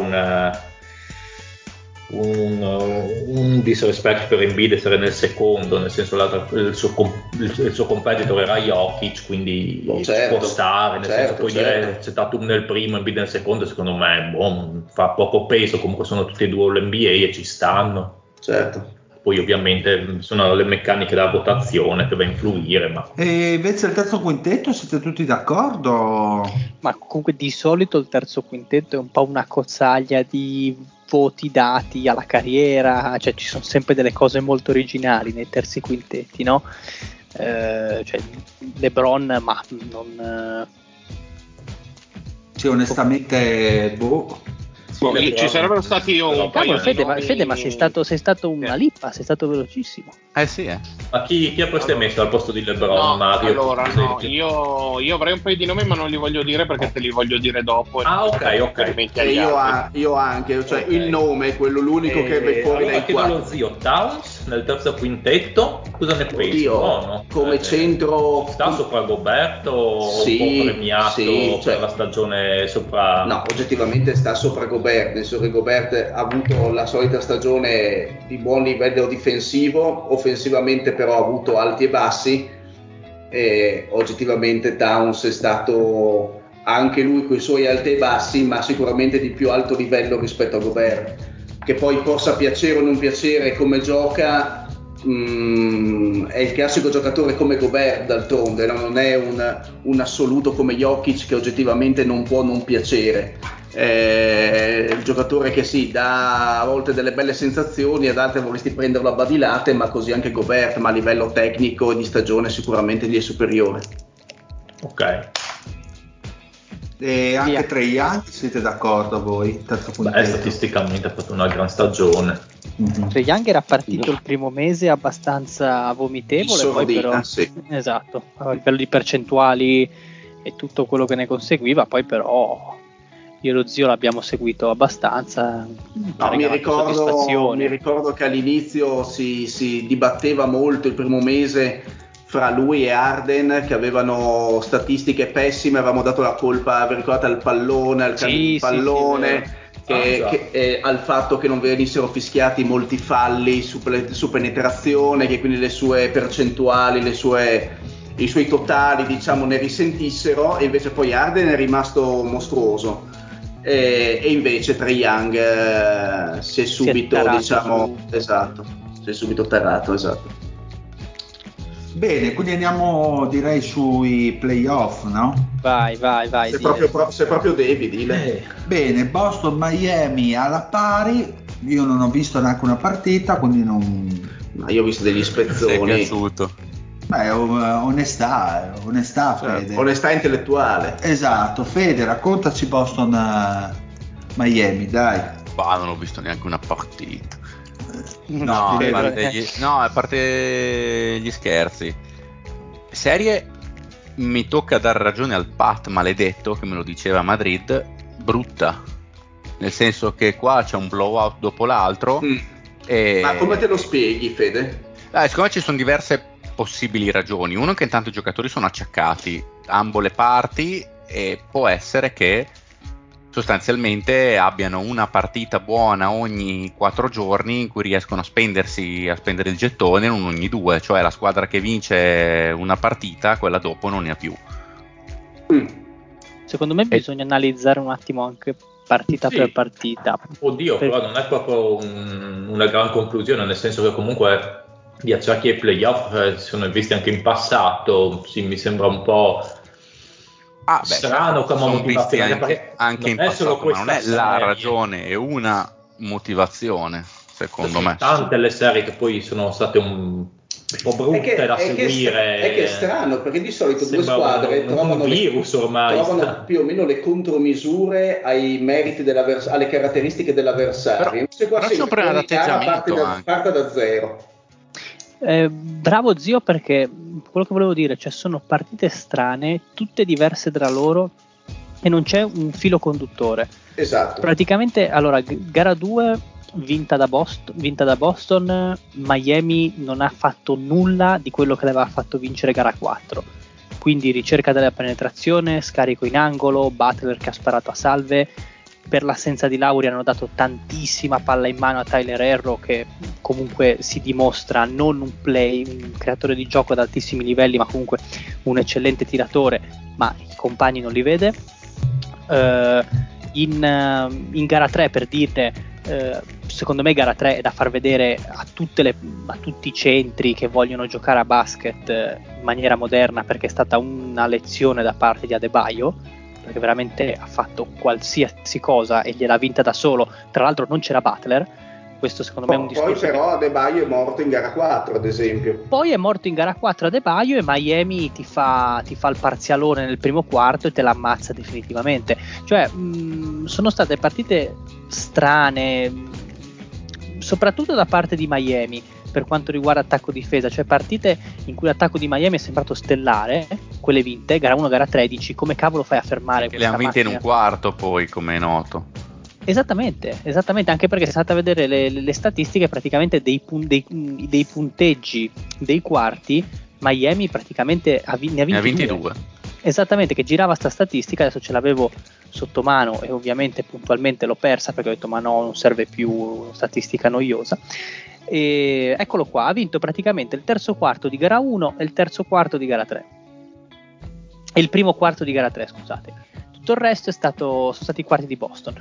un disrespect per Embiid essere nel secondo, nel senso il suo competitor era Jokic, quindi può stare, nel senso puoi dire c'è Tatum nel primo, Embiid nel secondo, secondo me fa poco peso, comunque sono tutti e due l'NBA e ci stanno. Certo. Poi ovviamente sono le meccaniche della votazione che va a influire. Ma... E invece il terzo quintetto siete tutti d'accordo? Ma comunque di solito il terzo quintetto è un po' una cozzaglia di voti dati alla carriera, cioè ci sono sempre delle cose molto originali nei terzi quintetti, no? Cioè LeBron, ma non... Sì, onestamente, ci sarebbero stati un paio Fede, ma sei stato una lippa, sei stato velocissimo. Sì. Ma chi avreste messo al posto di LeBron, Mario? Allora, io avrei un paio di nomi, ma non li voglio dire perché te li voglio dire dopo. Ok. Io anche, cioè il nome, l'unico che è fuori dai quattro. Dallo zio Towns nel terzo quintetto, cosa ne pensi? Buono. Come centro sta sopra Goberto o un po' premiato per la stagione sopra? No, oggettivamente sta sopra Gobert, nel senso che Gobert ha avuto la solita stagione di buon livello difensivo, offensivamente però ha avuto alti e bassi, e oggettivamente Towns è stato anche lui con i suoi alti e bassi, ma sicuramente di più alto livello rispetto a Gobert, che poi possa piacere o non piacere come gioca, è il classico giocatore come Gobert, d'altronde non è un assoluto come Jokic che oggettivamente non può non piacere. Il giocatore che dà a volte delle belle sensazioni, ad altre vorresti prenderlo a badilate, ma così anche Gobert, ma a livello tecnico e di stagione sicuramente gli è superiore. Ok. E anche Trae Young, siete d'accordo voi? Statisticamente ha fatto una gran stagione. Trae Young era partito il primo mese abbastanza vomitevole, poi però esatto, a livello di percentuali e tutto quello che ne conseguiva, poi però io e lo zio l'abbiamo seguito abbastanza. Mi ricordo che all'inizio si dibatteva molto il primo mese fra lui e Harden, che avevano statistiche pessime, avevamo dato la colpa, vi ricordate, al pallone, al pallone, al fatto che non venissero fischiati molti falli su penetrazione, che quindi le sue percentuali, i suoi totali ne risentissero, e invece poi Harden è rimasto mostruoso. E invece Trae Young si è subito tarato, esatto. Bene, quindi andiamo direi sui playoff, no? Vai. Se proprio devi, dile. Bene, Boston Miami alla pari, io non ho visto neanche una partita, quindi non... Ma io ho visto degli spezzoni. Mi è piaciuto. Onestà, Fede. Onestà intellettuale. Esatto, Fede, raccontaci Boston Miami, dai. Non ho visto neanche una partita. No, a parte gli scherzi. Serie, mi tocca dar ragione al Pat maledetto che me lo diceva a Madrid, brutta. Nel senso che qua c'è un blowout dopo l'altro. Ma come te lo spieghi, Fede? Secondo me ci sono diverse possibili ragioni. Uno, che intanto i giocatori sono acciaccati ambo le parti, e può essere che sostanzialmente abbiano una partita buona ogni 4 giorni in cui riescono a spendere il gettone, non ogni 2, cioè la squadra che vince una partita, quella dopo non ne ha più. Secondo me bisogna analizzare un attimo anche partita per partita. Oddio, però non è proprio una gran conclusione, nel senso che comunque gli acciacchi ai playoff si sono visti anche in passato. Sì, mi sembra un po' strano come motivazione, anche in passato, ma non è la ragione, è una motivazione, secondo me. Tante le serie che poi sono state un po' brutte da seguire. È che è strano, perché di solito due squadre trovano più o meno le contromisure ai meriti alle caratteristiche dell'avversario. Però c'è un problema d'atteggiamento, parte da zero. Bravo zio, perché quello che volevo dire, cioè sono partite strane, tutte diverse tra loro e non c'è un filo conduttore. Esatto. Praticamente, allora, gara 2 vinta da Boston, Miami non ha fatto nulla di quello che le aveva fatto vincere gara 4, quindi ricerca della penetrazione, scarico in angolo, Butler che ha sparato a salve. Per l'assenza di Lauri hanno dato tantissima palla in mano a Tyler Herro, che comunque si dimostra non un creatore di gioco ad altissimi livelli, ma comunque un eccellente tiratore, ma i compagni non li vede. In gara 3, per dirne, secondo me gara 3 è da far vedere a tutti i centri che vogliono giocare a basket in maniera moderna, perché è stata una lezione da parte di Adebayo, perché veramente ha fatto qualsiasi cosa e gliel'ha vinta da solo. Tra l'altro non c'era Butler, questo secondo me è un discorso. Poi però Adebayo è morto in gara 4, ad esempio. Poi è morto in gara 4 Adebayo e Miami ti fa il parzialone nel primo quarto e te l'ammazza definitivamente. Cioè sono state partite strane, soprattutto da parte di Miami per quanto riguarda attacco-difesa, cioè partite in cui l'attacco di Miami è sembrato stellare, quelle vinte, gara 1, gara 13, come cavolo fai a fermare questa le hanno vinte in un quarto, poi, come è noto. Esattamente, anche perché se state a vedere le statistiche, praticamente dei punteggi dei quarti, Miami praticamente ne ha vinti due. Esattamente, che girava sta statistica, adesso ce l'avevo sotto mano e ovviamente puntualmente l'ho persa perché ho detto ma no, non serve più, statistica noiosa. E eccolo qua, ha vinto praticamente il terzo quarto di gara 1 e il terzo quarto di gara 3 e il primo quarto di gara 3, scusate. Tutto il resto sono stati i quarti di Boston.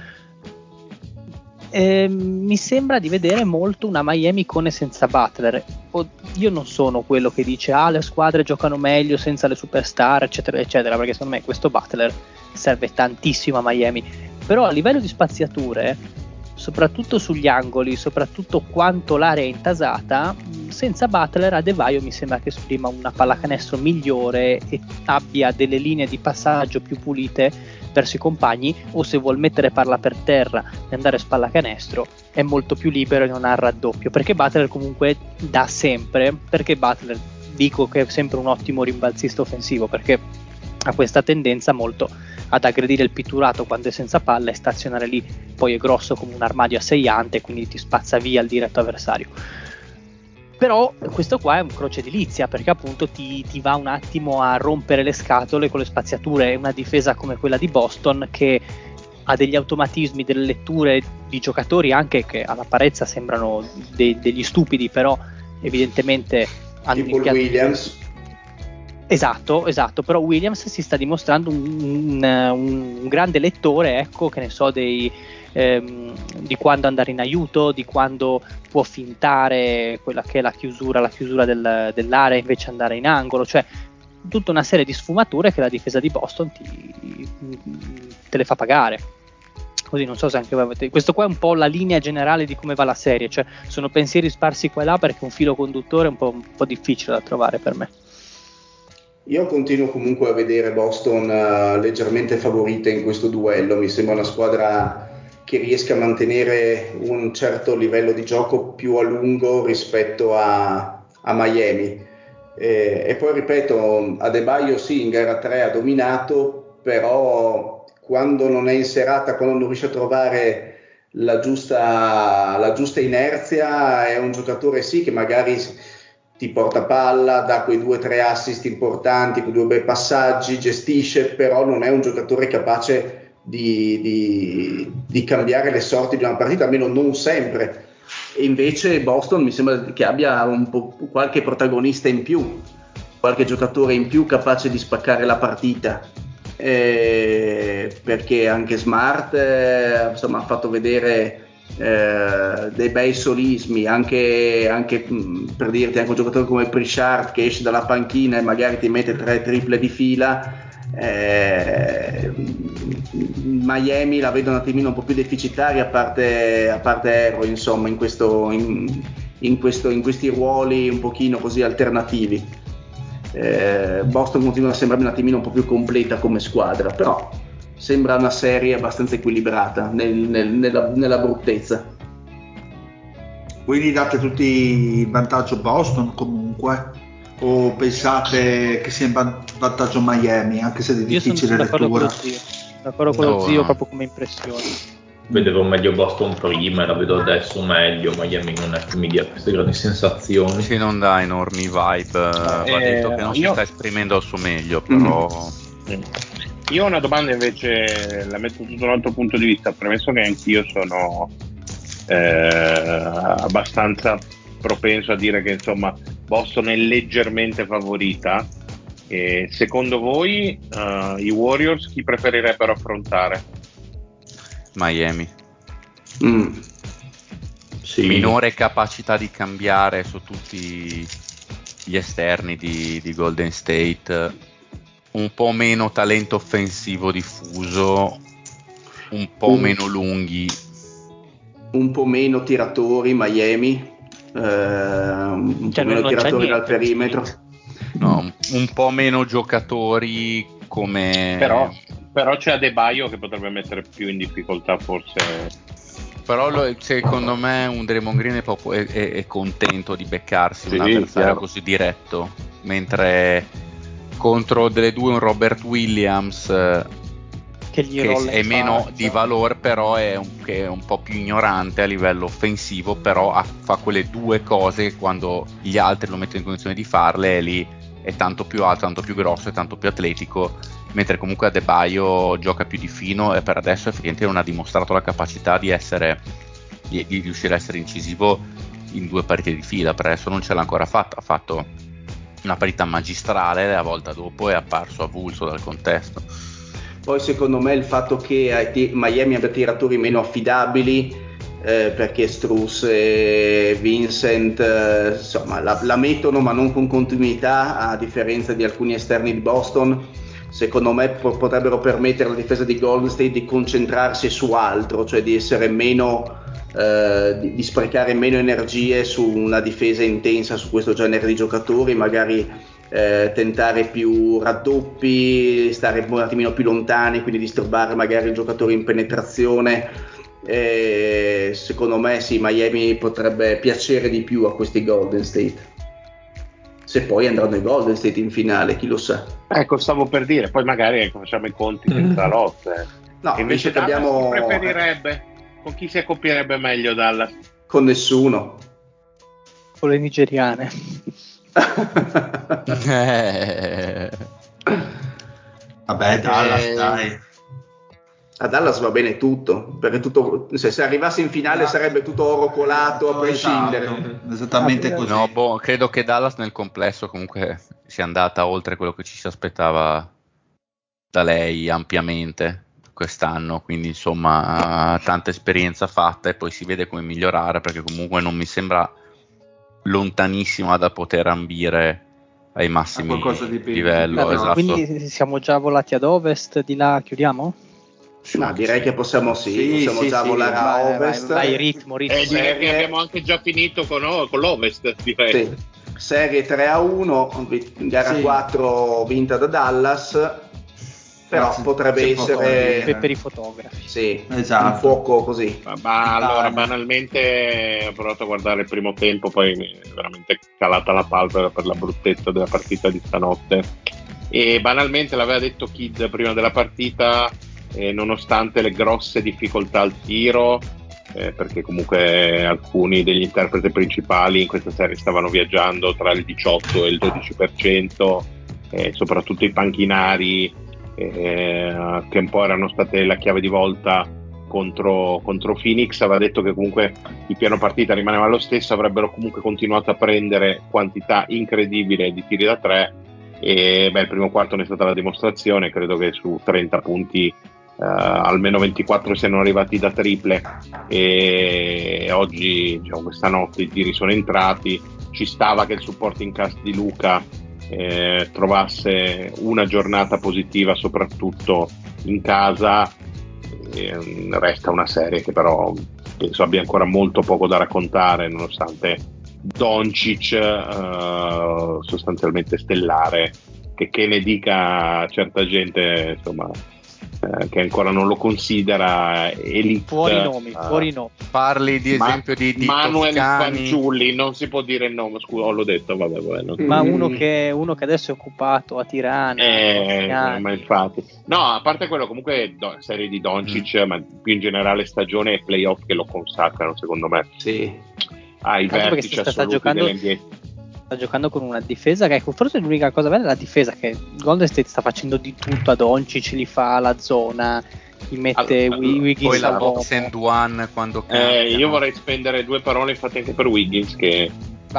Mi sembra di vedere molto una Miami con e senza Butler. Io non sono quello che dice le squadre giocano meglio senza le superstar, eccetera eccetera, perché secondo me questo Butler serve tantissimo a Miami, però a livello di spaziature, soprattutto sugli angoli, soprattutto quanto l'area è intasata, senza Butler Adebayo mi sembra che esprima una pallacanestro migliore e abbia delle linee di passaggio più pulite verso i compagni, o se vuol mettere palla per terra e andare a spallacanestro è molto più libero e non ha il raddoppio, perché Butler comunque dà sempre, perché Butler dico che è sempre un ottimo rimbalzista offensivo, perché ha questa tendenza molto ad aggredire il pitturato quando è senza palla e stazionare lì, poi è grosso come un armadio asseiante, quindi ti spazza via il diretto avversario. Però questo qua è un croce edilizia, perché appunto ti va un attimo a rompere le scatole con le spaziature. È una difesa come quella di Boston che ha degli automatismi, delle letture di giocatori anche che all'apparenza sembrano degli stupidi, però evidentemente hanno tipo Williams. Esatto, però Williams si sta dimostrando un grande lettore, ecco, che ne so, di quando andare in aiuto, di quando può fintare quella che è la chiusura dell'area invece andare in angolo, cioè tutta una serie di sfumature che la difesa di Boston te le fa pagare. Così non so se anche voi avete. Questo qua è un po' la linea generale di come va la serie, cioè sono pensieri sparsi qua e là perché un filo conduttore è un po' difficile da trovare per me. Io continuo comunque a vedere Boston leggermente favorita in questo duello, mi sembra una squadra che riesca a mantenere un certo livello di gioco più a lungo rispetto a Miami. E poi ripeto, Adebayo sì, in gara 3 ha dominato, però quando non è in serata, quando non riesce a trovare la giusta inerzia, è un giocatore sì che magari ti porta palla, dà quei 2 o 3 assist importanti, quei 2 bei passaggi, gestisce, però non è un giocatore capace di cambiare le sorti di una partita, almeno non sempre. E invece Boston mi sembra che abbia un po' qualche protagonista in più, qualche giocatore in più capace di spaccare la partita, perché anche Smart insomma, ha fatto vedere dei bei solismi, anche per dirti, anche un giocatore come Pritchard che esce dalla panchina e magari ti mette 3 triple di fila. Miami la vedo un attimino un po' più deficitaria, a parte Arrow, insomma, in questi ruoli un pochino così alternativi. Boston continua a sembrarmi un attimino un po' più completa come squadra, però sembra una serie abbastanza equilibrata nella bruttezza. Quindi date tutti il vantaggio Boston comunque, o pensate che sia in vantaggio Miami, anche se è difficile lettura? D'accordo con lo zio proprio come impressione. Vedevo meglio Boston prima, la vedo adesso meglio. Miami non è che mi dia queste grandi sensazioni. Sì, non dà enormi vibe. Va detto che non si sta esprimendo al suo meglio, però. Io ho una domanda invece, la metto sotto un altro punto di vista, premesso che anch'io sono abbastanza propenso a dire che insomma Boston è leggermente favorita. Secondo voi i Warriors chi preferirebbero affrontare? Miami. Sì. Minore capacità di cambiare su tutti gli esterni di Golden State, un po' meno talento offensivo diffuso, un po' meno lunghi, un po' meno tiratori Miami, un po' meno tiratori dal perimetro. No, un po' meno giocatori come... Però c'è Adebayo che potrebbe mettere più in difficoltà forse. Però secondo me un Draymond Green è contento di beccarsi un avversario così diretto, mentre contro delle due un Robert Williams che è meno di valore, però è un po' più ignorante a livello offensivo, però fa quelle due cose quando gli altri lo mettono in condizione di farle, e lì è tanto più alto, tanto più grosso e tanto più atletico, mentre comunque Adebayo gioca più di fino e per adesso effettivamente non ha dimostrato la capacità di riuscire a essere incisivo in 2 partite di fila. Per adesso non ce l'ha ancora fatta, ha fatto una partita magistrale, la volta dopo è apparso avulso dal contesto. Poi secondo me il fatto che Miami abbia tiratori meno affidabili, perché Strus e Vincent insomma la mettono ma non con continuità, a differenza di alcuni esterni di Boston, secondo me potrebbero permettere alla difesa di Golden State di concentrarsi su altro, cioè di essere meno di sprecare meno energie su una difesa intensa su questo genere di giocatori, magari tentare più raddoppi, stare un attimino più lontani, quindi disturbare magari il giocatore in penetrazione. Secondo me sì, Miami potrebbe piacere di più a questi Golden State, se poi andranno i Golden State in finale, chi lo sa. Ecco, stavo per dire, poi magari facciamo i conti senza lotte. No, invece Dallas abbiamo... chi preferirebbe? Con chi si accopierebbe meglio Dallas? Con nessuno. Con le nigeriane. Vabbè, Dallas, dai. A Dallas va bene tutto, perché se arrivasse in finale sarebbe tutto oro colato a prescindere. Esatto, esattamente così. No, credo che Dallas nel complesso comunque sia andata oltre quello che ci si aspettava da lei ampiamente quest'anno, quindi insomma tanta esperienza fatta e poi si vede come migliorare, perché comunque non mi sembra lontanissima da poter ambire ai massimi livello. Esatto. Quindi siamo già volati ad ovest, di là chiudiamo? No, direi che possiamo già volare a ovest. Vai, ritmo. Direi che abbiamo anche già finito con l'ovest, direi. Sì. Serie 3-1, gara 4 vinta da Dallas, però potrebbe essere per i fotografi. Sì, esatto. Un fuoco così. Ma allora, banalmente ho provato a guardare il primo tempo, poi mi è veramente calata la palpebra per la bruttezza della partita di stanotte. E banalmente l'aveva detto Kid prima della partita, nonostante le grosse difficoltà al tiro, perché comunque alcuni degli interpreti principali in questa serie stavano viaggiando tra il 18 e il 12%, soprattutto i panchinari, che un po' erano state la chiave di volta contro Phoenix. Aveva detto che comunque il piano partita rimaneva lo stesso, avrebbero comunque continuato a prendere quantità incredibile di tiri da 3, e il primo quarto ne è stata la dimostrazione. Credo che su 30 punti almeno 24 siano arrivati da triple, e oggi, diciamo, questa notte i tiri sono entrati. Ci stava che il supporting cast di Luka trovasse una giornata positiva, soprattutto in casa. Resta una serie che però penso abbia ancora molto poco da raccontare, nonostante Doncic sostanzialmente stellare, che ne dica certa gente, insomma, che ancora non lo considera elite. Fuori nomi. Parli di esempio di Manuel Toscani. Fanciulli, non si può dire il nome, scusa, l'ho detto, vabbè. Ma uno che adesso è occupato a Tirana. Ma infatti, no, a parte quello, comunque serie di Doncic, ma più in generale stagione e playoff che lo consacrano, secondo me. Sì. I vertici assoluti dell'NBA. Sta giocando con una difesa che, forse l'unica cosa bella è la difesa, che Golden State sta facendo di tutto a Doncic, li fa alla zona, gli mette Wiggins, poi la box and one quando cambia. Io vorrei spendere due parole infatti anche per Wiggins, che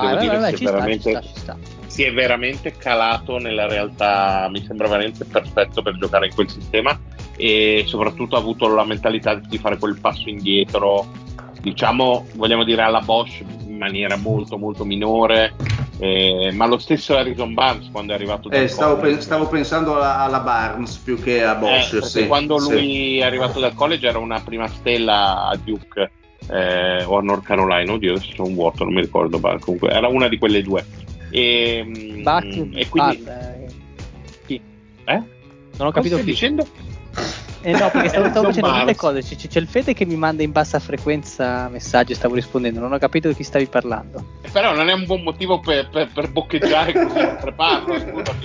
si è veramente calato nella realtà. Mi sembra veramente perfetto per giocare in quel sistema, e soprattutto ha avuto la mentalità di fare quel passo indietro, diciamo, vogliamo dire alla Bosch, in maniera molto molto minore, ma lo stesso Harrison Barnes quando è arrivato dal college. Stavo pensando alla Barnes più che a Bosch, perché quando lui è arrivato dal college era una prima stella a Duke, o a North Carolina, oddio adesso c'è un vuoto, non mi ricordo, ma comunque era una di quelle due, e quindi chi? Non ho capito chi dicendo. No, perché stavo dicendo delle cose. C'è il Fede che mi manda in bassa frequenza messaggi, stavo rispondendo, non ho capito di chi stavi parlando. Però non è un buon motivo per boccheggiare così mentre parlo, scusami.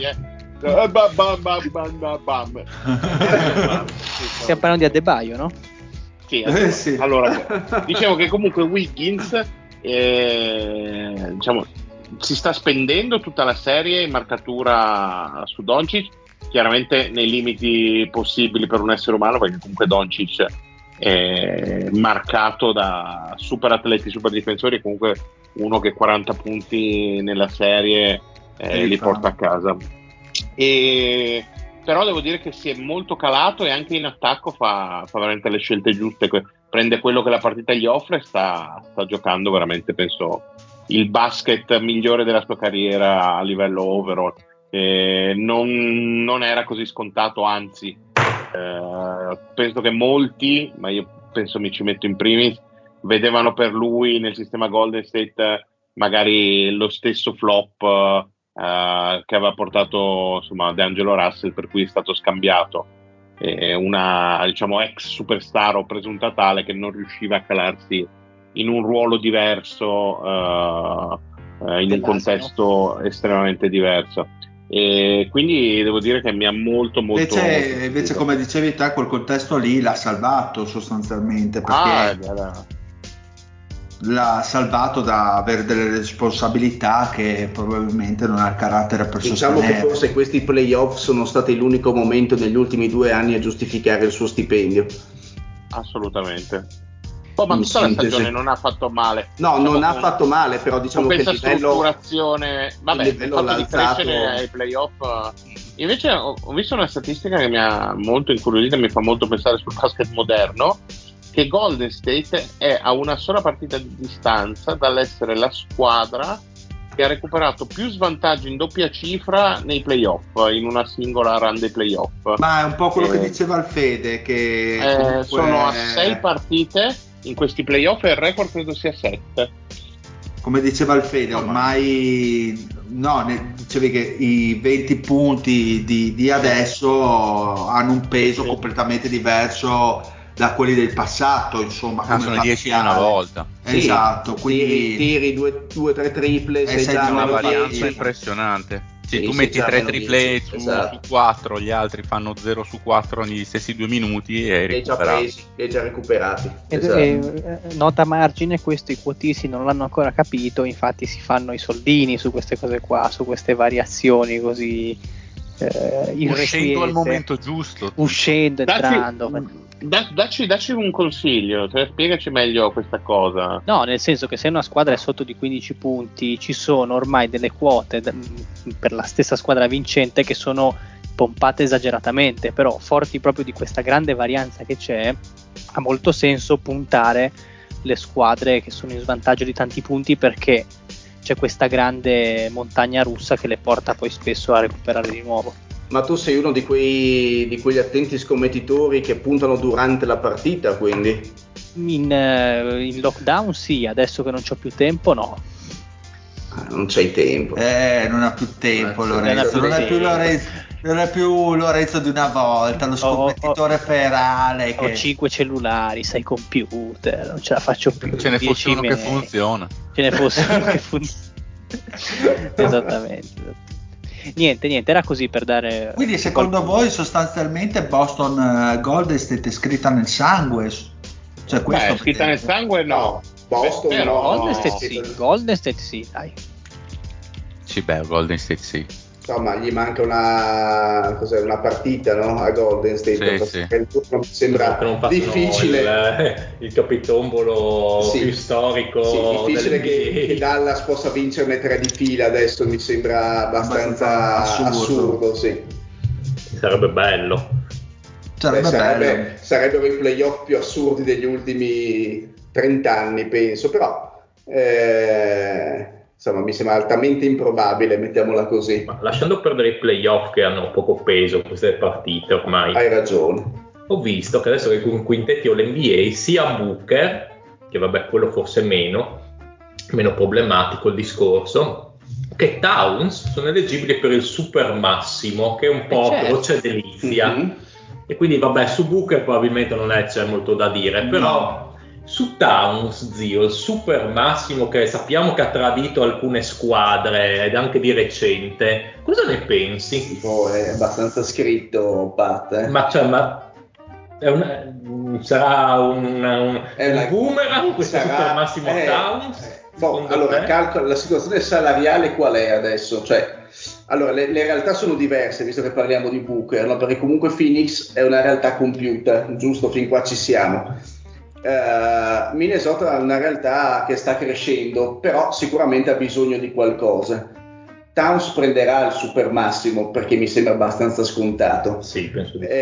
Stiamo parlando di Adebayo, no? Sì, sì. Allora, dicevo che comunque Wiggins diciamo, si sta spendendo tutta la serie in marcatura su Doncic, chiaramente nei limiti possibili per un essere umano, perché comunque Doncic è marcato da super atleti, super difensori, e comunque uno che 40 punti nella serie li porta a casa. Però devo dire che si è molto calato, e anche in attacco fa veramente le scelte giuste, prende quello che la partita gli offre, sta giocando veramente, penso, il basket migliore della sua carriera a livello overall. Non era così scontato, anzi penso che molti, ma io penso mi ci metto in primis, vedevano per lui nel sistema Golden State magari lo stesso flop che aveva portato, insomma, DeAngelo Russell, per cui è stato scambiato, una, diciamo, ex superstar o presunta tale, che non riusciva a calarsi in un ruolo diverso, in un contesto estremamente diverso. E quindi devo dire che mi ha molto invece come dicevi te, quel contesto lì l'ha salvato sostanzialmente, perché l'ha salvato da avere delle responsabilità che probabilmente non ha il carattere per sostenere. Diciamo che forse questi playoff sono stati l'unico momento negli ultimi 2 anni a giustificare il suo stipendio. Assolutamente. Ma tutta la stagione non ha fatto male. No, diciamo, non ha fatto male, però diciamo che il livello, strutturazione, il fatto di crescere ai playoff. Invece ho visto una statistica che mi ha molto incuriosito, mi fa molto pensare sul basket moderno, che Golden State è a una sola partita di distanza dall'essere la squadra che ha recuperato più svantaggi in doppia cifra nei playoff, in una singola run dei playoff. Ma è un po' quello che diceva il Fede, che comunque sono a 6 partite in questi playoff, e il record credo sia 7. Come diceva il Fede, ormai dicevi che i 20 punti di adesso hanno un peso completamente diverso da quelli del passato, insomma, come sono 10 una volta. Esatto, quindi tiri 2-3 triple, sei già una varianza impressionante. Sì, Sì, tu sì, metti già 3 me lo triple dici, su esatto. 4, gli altri fanno 0 su 4 negli stessi 2 minuti e Li hai già recuperato. presi, li hai già recuperati. E, Esatto. nota margine, questo i quotisti non l'hanno ancora capito, infatti si fanno i soldini su queste cose qua, su queste variazioni così irrequiete. Uscendo al momento giusto. Uscendo, entrando. Dacci un consiglio, cioè, spiegaci meglio questa cosa. No, nel senso che se una squadra è sotto di 15 punti, ci sono ormai delle quote per la stessa squadra vincente che sono pompate esageratamente, però forti proprio di questa grande varianza che c'è, ha molto senso puntare le squadre che sono in svantaggio di tanti punti, perché c'è questa grande montagna russa che le porta poi spesso a recuperare di nuovo. Ma tu sei uno di quegli attenti scommettitori che puntano durante la partita, quindi? In lockdown sì, adesso che non c'ho più tempo no. Non c'hai tempo. Non ha più tempo Lorenzo, non è più Lorenzo di una volta, lo scommettitore ferale Ho 5 cellulari, 6 computer, non ce la faccio più. Ce ne fosse uno che funziona. Ce ne fosse uno che funziona. Esattamente. Niente, era così per dare. Quindi secondo voi sostanzialmente Boston Golden State è scritta nel sangue? Cioè, questo Beh, scritta nel sangue no. Boston però Golden State sì, dai. Sì, beh, Golden State sì. Insomma, gli manca una partita, no? A Golden State. Sì. Il turno mi sembra non difficile. Il capitombolo Sì, più storico. sì, difficile dell'NBA. che Dallas possa vincerne 3 di fila adesso, mi sembra abbastanza assurdo, sì. Sarebbe bello. Sarebbero i playoff più assurdi degli ultimi 30 anni, penso, però insomma mi sembra altamente improbabile, mettiamola così. Ma lasciando perdere i playoff che hanno poco peso queste partite ormai, Hai ragione. ho visto che adesso che con quintetti o l'NBA sia Booker, che vabbè quello forse meno problematico il discorso, che Towns sono eleggibili per il super massimo, che è un po' croce delizia. Mm-hmm. E quindi vabbè, su Booker probabilmente non c'è molto da dire, però su Towns, zio, il super massimo che sappiamo che ha tradito alcune squadre ed anche di recente, cosa ne pensi? È abbastanza scritto, Pat. Sarà un boomerang questo super massimo Towns? Allora, calcola la situazione salariale qual è adesso? Cioè, allora, le realtà sono diverse, visto che parliamo di Booker, no? Perché comunque Phoenix è una realtà compiuta, giusto? Fin qua ci siamo. Minnesota è una realtà che sta crescendo, però sicuramente ha bisogno di qualcosa. Towns prenderà il super massimo, perché mi sembra abbastanza scontato. Sì, penso di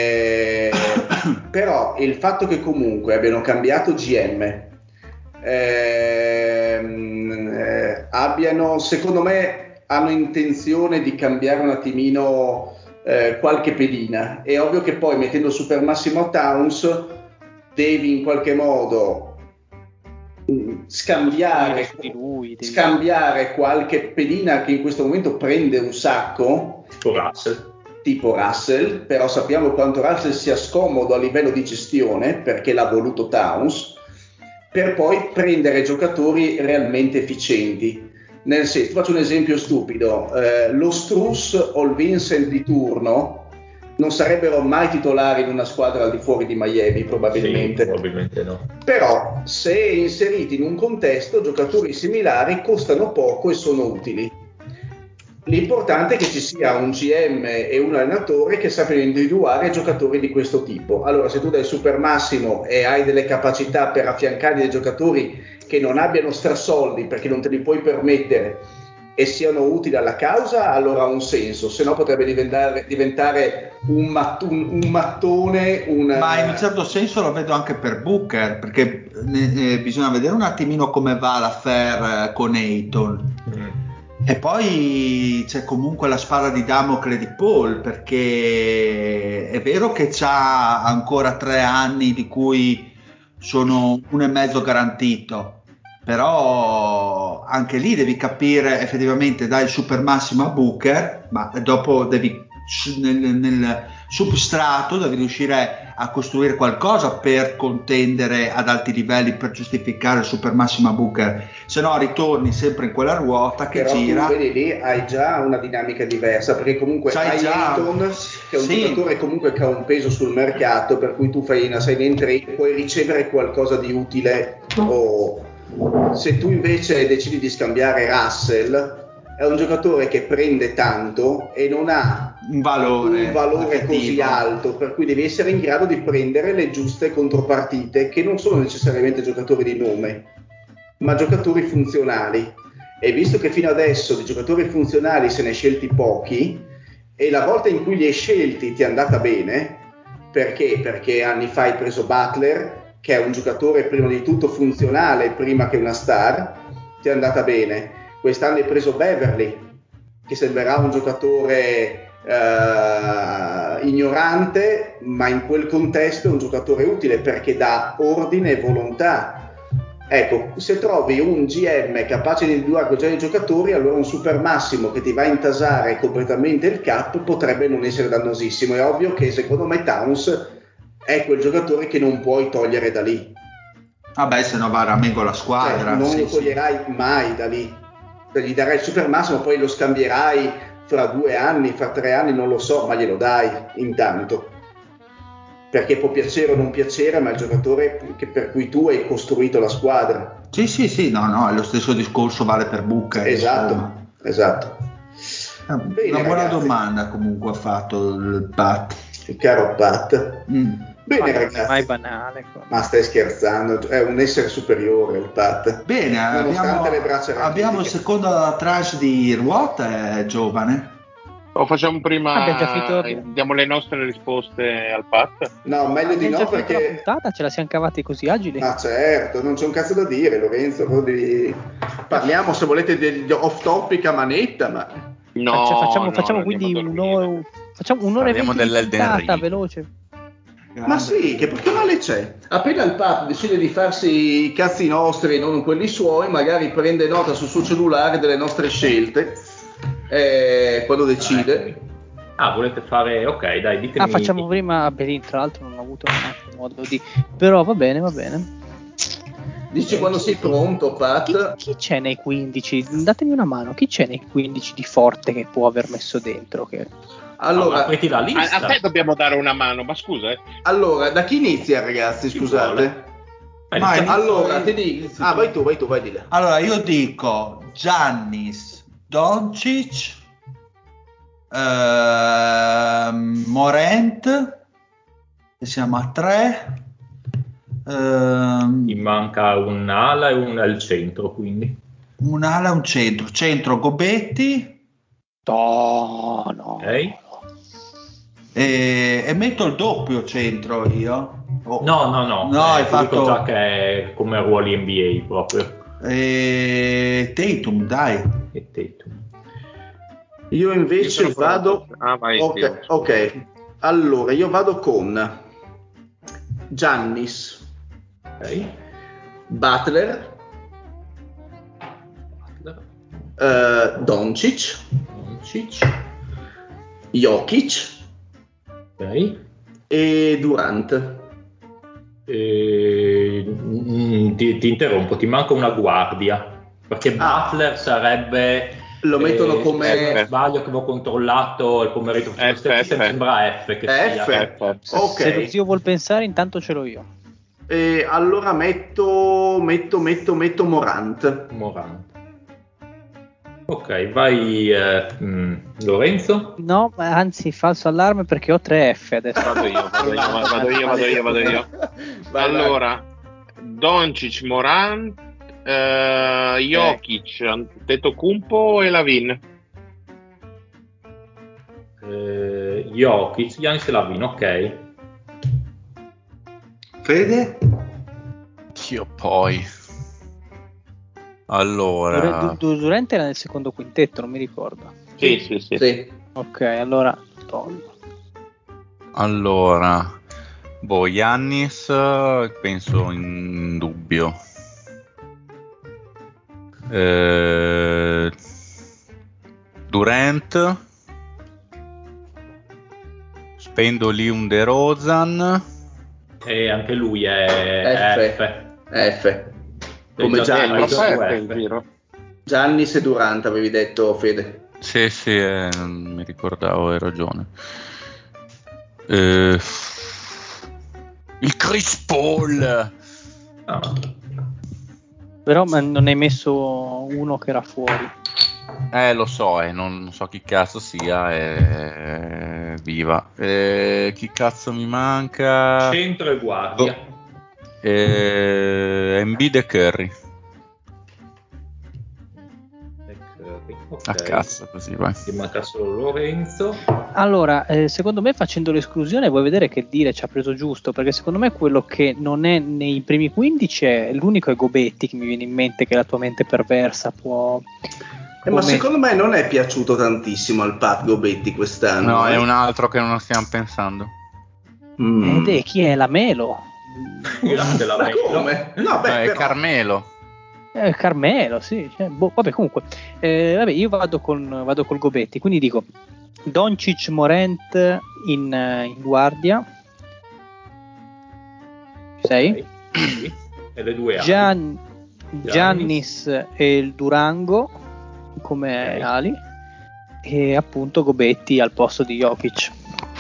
però il fatto che comunque abbiano cambiato GM, abbiano, secondo me, hanno intenzione di cambiare un attimino qualche pedina. È ovvio che poi mettendo super massimo a Towns devi in qualche modo scambiare qualche pedina che in questo momento prende un sacco, tipo Russell, però sappiamo quanto Russell sia scomodo a livello di gestione, perché l'ha voluto Towns, per poi prendere giocatori realmente efficienti. Nel senso, faccio un esempio stupido, lo Strus o il Vincent di turno non sarebbero mai titolari in una squadra al di fuori di Miami, probabilmente. Sì, probabilmente no. Però se inseriti in un contesto, giocatori similari costano poco e sono utili. L'importante è che ci sia un GM e un allenatore che sappiano individuare giocatori di questo tipo. Allora, se tu dai super massimo e hai delle capacità per affiancare dei giocatori che non abbiano strasoldi perché non te li puoi permettere e siano utili alla causa, allora ha un senso, se no potrebbe diventare un mattone. Ma in un certo senso lo vedo anche per Booker, perché bisogna vedere un attimino come va l'affair con Ayton. E poi c'è comunque la spada di Damocle di Paul, perché è vero che c'ha ancora 3 anni di cui sono 1,5 garantito, però anche lì devi capire effettivamente dai il super massimo a Booker, ma dopo devi nel substrato, devi riuscire a costruire qualcosa per contendere ad alti livelli, per giustificare il super massima Booker, se no ritorni sempre in quella ruota che però gira. Tu vedi lì hai già una dinamica diversa, perché comunque hai Ayton, che è un giocatore comunque che ha un peso sul mercato, per cui tu fai una sign and trade, puoi ricevere qualcosa di utile, o se tu invece decidi di scambiare Russell, è un giocatore che prende tanto e non ha un valore così alto, per cui devi essere in grado di prendere le giuste contropartite, che non sono necessariamente giocatori di nome, ma giocatori funzionali. E visto che fino adesso di giocatori funzionali se ne è scelti pochi, e la volta in cui li hai scelti ti è andata bene, perché anni fa hai preso Butler, che è un giocatore prima di tutto funzionale prima che una star, ti è andata bene. Quest'anno hai preso Beverly, che sembrerà un giocatore ignorante, ma in quel contesto è un giocatore utile perché dà ordine e volontà. Ecco, se trovi un GM capace di individuare quel genere di giocatori, allora un super massimo che ti va a intasare completamente il cap potrebbe non essere dannosissimo. È ovvio che secondo me Towns è quel giocatore che non puoi togliere da lì. Vabbè, se no va a ramengo la squadra. Non lo toglierai mai da lì. Gli darai il super massimo, poi lo scambierai fra 2 anni, fra 3 anni, non lo so, ma glielo dai intanto. Perché può piacere o non piacere, ma è il giocatore per cui tu hai costruito la squadra. Sì, no, lo stesso discorso vale per Booker. Esatto. Bene, una buona domanda comunque ha fatto il Pat. Il caro Pat. Bene, ragazzi. Non è mai banale. Ma stai scherzando? È un essere superiore il Pat. Bene, abbiamo il secondo tranche di ruota, è giovane. O facciamo prima, diamo le nostre risposte al Pat? No, meglio di no, perché la puntata ce la siamo cavati così agili. Ma certo, non c'è un cazzo da dire, Lorenzo. Parliamo se volete degli off topic a manetta, ma no, facciamo quindi un'ora e 20 di puntata veloce. Ma sì, che male c'è? Appena il Pat decide di farsi i cazzi nostri e non quelli suoi, magari prende nota sul suo cellulare delle nostre scelte, quando decide. Volete fare? Ok, dai, ditemi. Facciamo prima, tra l'altro non ho avuto modo di... Però va bene. Dici quando sei pronto, Pat? Chi c'è nei 15? Datemi una mano, chi c'è nei 15 di forte che può aver messo dentro? Allora, la lista. A te dobbiamo dare una mano, ma scusa. Allora, da chi inizia, ragazzi? Scusate. Allora, ti dico. Vai tu, di là. Allora, io dico Giannis, Doncic, Morant, siamo a 3. Mi manca un'ala e una al centro, quindi. Un'ala e un centro. Centro Gobetti. No. Okay. E metto il doppio centro io. No, hai fatto già che è come ruoli NBA proprio. Tatum, dai. E Tatum. Io invece vado. Ok. Allora, io vado con Giannis, Butler, Doncic, Jokic e Durant. Ti interrompo, ti manca una guardia, perché Butler sarebbe... Lo mettono come... sbaglio, che avevo controllato il pomeriggio, sembra F che sia. Ok. Se lo zio vuol pensare, intanto ce l'ho io. Allora metto Morant. Ok, vai Lorenzo. No, anzi falso allarme perché ho 3 F adesso. Vado io. Allora, Doncic, Morant, Jokic, Antetokounmpo e Lavin. Jokic, Giannis e Lavin, ok. Fede? Io poi. Allora, Durant era nel secondo quintetto, non mi ricordo. Sì. Ok, allora tolgo. Allora, Giannis penso in dubbio. Durant appendo lì un De Rozan. E anche lui è F. Come Giannis. Il giro. Giannis e Durant avevi detto, Fede. Sì, non mi ricordavo, hai ragione. Il Chris Paul. Però non hai messo uno che era fuori. Lo so, non so chi cazzo sia. Viva. Chi cazzo mi manca? Centro e guardia. Embiid e Curry. Okay. A cazzo, così vai. Ti manca solo Lorenzo. Allora, secondo me, facendo l'esclusione, vuoi vedere che dire ci ha preso giusto, perché secondo me quello che non è nei primi 15 è l'unico è Gobetti, che mi viene in mente, che la tua mente perversa può ma secondo me non è piaciuto tantissimo al Pat Gobetti quest'anno. No, è un altro che non stiamo pensando. Chi è? La Melo? Grande la Melo. Come? No, beh, è Carmelo. Carmelo, sì. Vabbè, comunque. Io vado col Gobetti, quindi dico Doncic, Morant in guardia. Sei? Sì. E le due Giannis e il Durango come ali, e appunto Gobetti al posto di Jokic.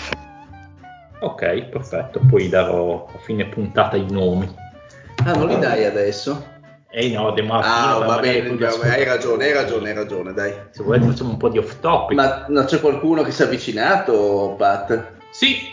Ok, perfetto. Poi darò a fine puntata i nomi. Non li dai adesso? No, De Martino. Va bene, hai ragione, dai. Se volete facciamo un po' di off topic. Ma non c'è qualcuno che si è avvicinato, Pat? Sì.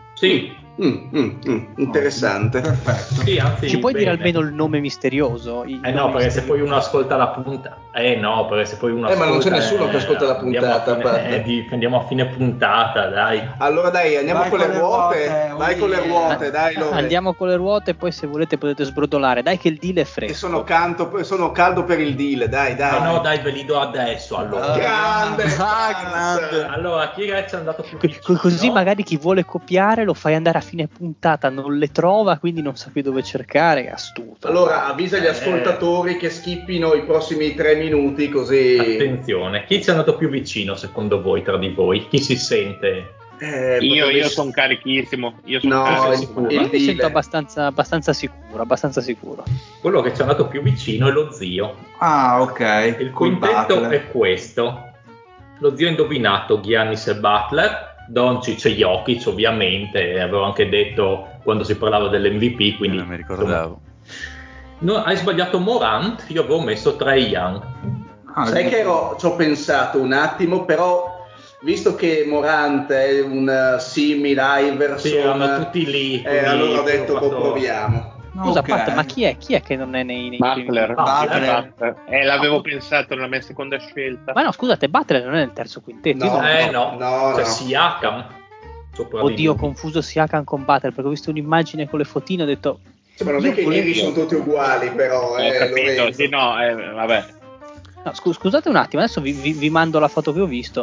Interessante. Perfetto. Sì, anzi, ci puoi dire bene. almeno il nome misterioso? No, perché se poi uno ascolta la puntata. No, perché se poi uno ascolta. Ma non c'è nessuno che ascolta la puntata. Andiamo a fine puntata, dai. Allora dai, andiamo con le ruote. Vai con le ruote, dai. Andiamo con le ruote, poi se volete potete sbrodolare. Dai che il deal è fresco. Sono caldo per il deal, dai. No, dai, ve li do adesso allora. Grande. Allora, chi è andato più vicino? Così magari chi vuole copiare lo fai andare a fine puntata, non le trova, quindi non sa più dove cercare, è astuto. Allora avvisa gli ascoltatori che skippino i prossimi 3 minuti, così. Attenzione, chi ci è andato più vicino secondo voi, tra di voi? Chi si sente? Io sono carichissimo. Io mi sento abbastanza sicuro. Quello che ci è andato più vicino è lo zio. Ok. Il quintetto è questo. Lo zio indovinato, Giannis e Butler, Doncic e Jokic, ovviamente, avevo anche detto quando si parlava dell'MVP, quindi non mi ricordavo. Hai sbagliato Morant, io avevo messo Trae Young. Sai che ci ho pensato un attimo, però visto che Morant è un simile Iverson, erano tutti lì. Allora ho detto proviamo. Scusa, Pat, ma chi è che non è nei Butler. Butler. L'avevo pensato nella mia seconda scelta. Ma no, scusate, Butler non è nel terzo quintetto. No. C'è Siakam. Oddio, ho confuso Siakam con Butler, perché ho visto un'immagine con le fotine e ho detto... Ma non è che i neri sono tutti uguali, però. Ho capito, sì, no, vabbè. No, scusate un attimo, adesso vi mando la foto che ho visto.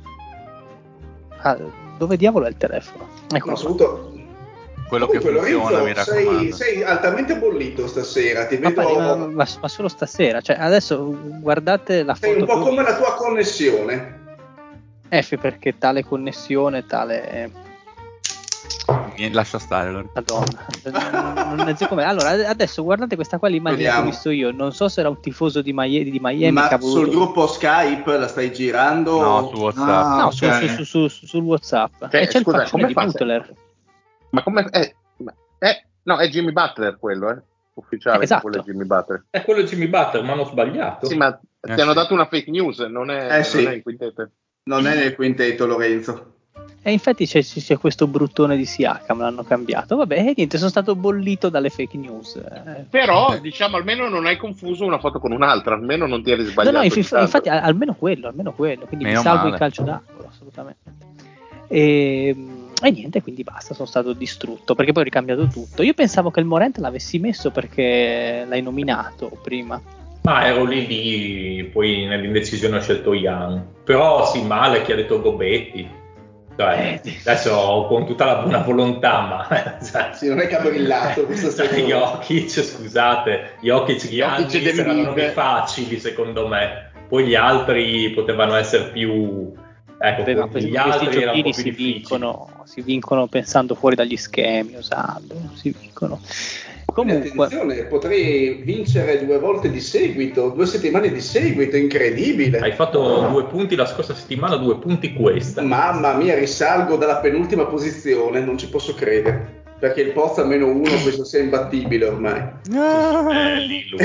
Dove diavolo è il telefono? Ecco. Quello che funziona, mi raccomando. Sei altamente bollito stasera, ti vedo. Ma solo stasera, cioè adesso guardate la foto. Sei un po' come la tua connessione. Perché tale connessione, tale. Lascia stare, Madonna. Non so come. Allora, adesso guardate questa qua l'immagine che ho visto io. Non so se era un tifoso di Miami. Ma sul gruppo Skype la stai girando? No, su WhatsApp. Sul WhatsApp. E c'è scusa, il faccione di Butler. Ma come no, è Jimmy Butler quello, ufficiale. Esatto. Quello è Jimmy Butler. È quello Jimmy Butler, ma hanno sbagliato. Sì, ma ti hanno dato una fake news, non è nel quintetto. Non è nel quintetto, Lorenzo. E infatti c'è questo bruttone di Siakam, l'hanno cambiato. Vabbè, niente, sono stato bollito dalle fake news. Però, diciamo, almeno non hai confuso una foto con un'altra, almeno non ti eri sbagliato. No, infatti, almeno quello. Quindi mi salvo il calcio d'angolo, assolutamente. E niente, quindi basta, sono stato distrutto, perché poi ho ricambiato tutto. Io pensavo che il Morant l'avessi messo perché l'hai nominato prima. Ma ero lì, poi nell'indecisione ho scelto Young. Però sì, male chi ha detto Gobetti. Adesso con tutta la buona volontà, ma sì, non è che ha brillato questa stagione. Jokic, scusate, Jokic erano nomi facili secondo me, poi gli altri potevano essere più Ecco, Beh, ma gli questi altri erano un po' giochini più si vincono pensando fuori dagli schemi, usando, si vincono. Comunque, attenzione, potrei vincere 2 volte di seguito, 2 settimane di seguito, incredibile. Hai fatto 2 punti la scorsa settimana, 2 punti questa. Mamma mia, risalgo dalla penultima posizione, non ci posso credere. Perché il Pozzo a -1 penso sia imbattibile ormai. Lì lui.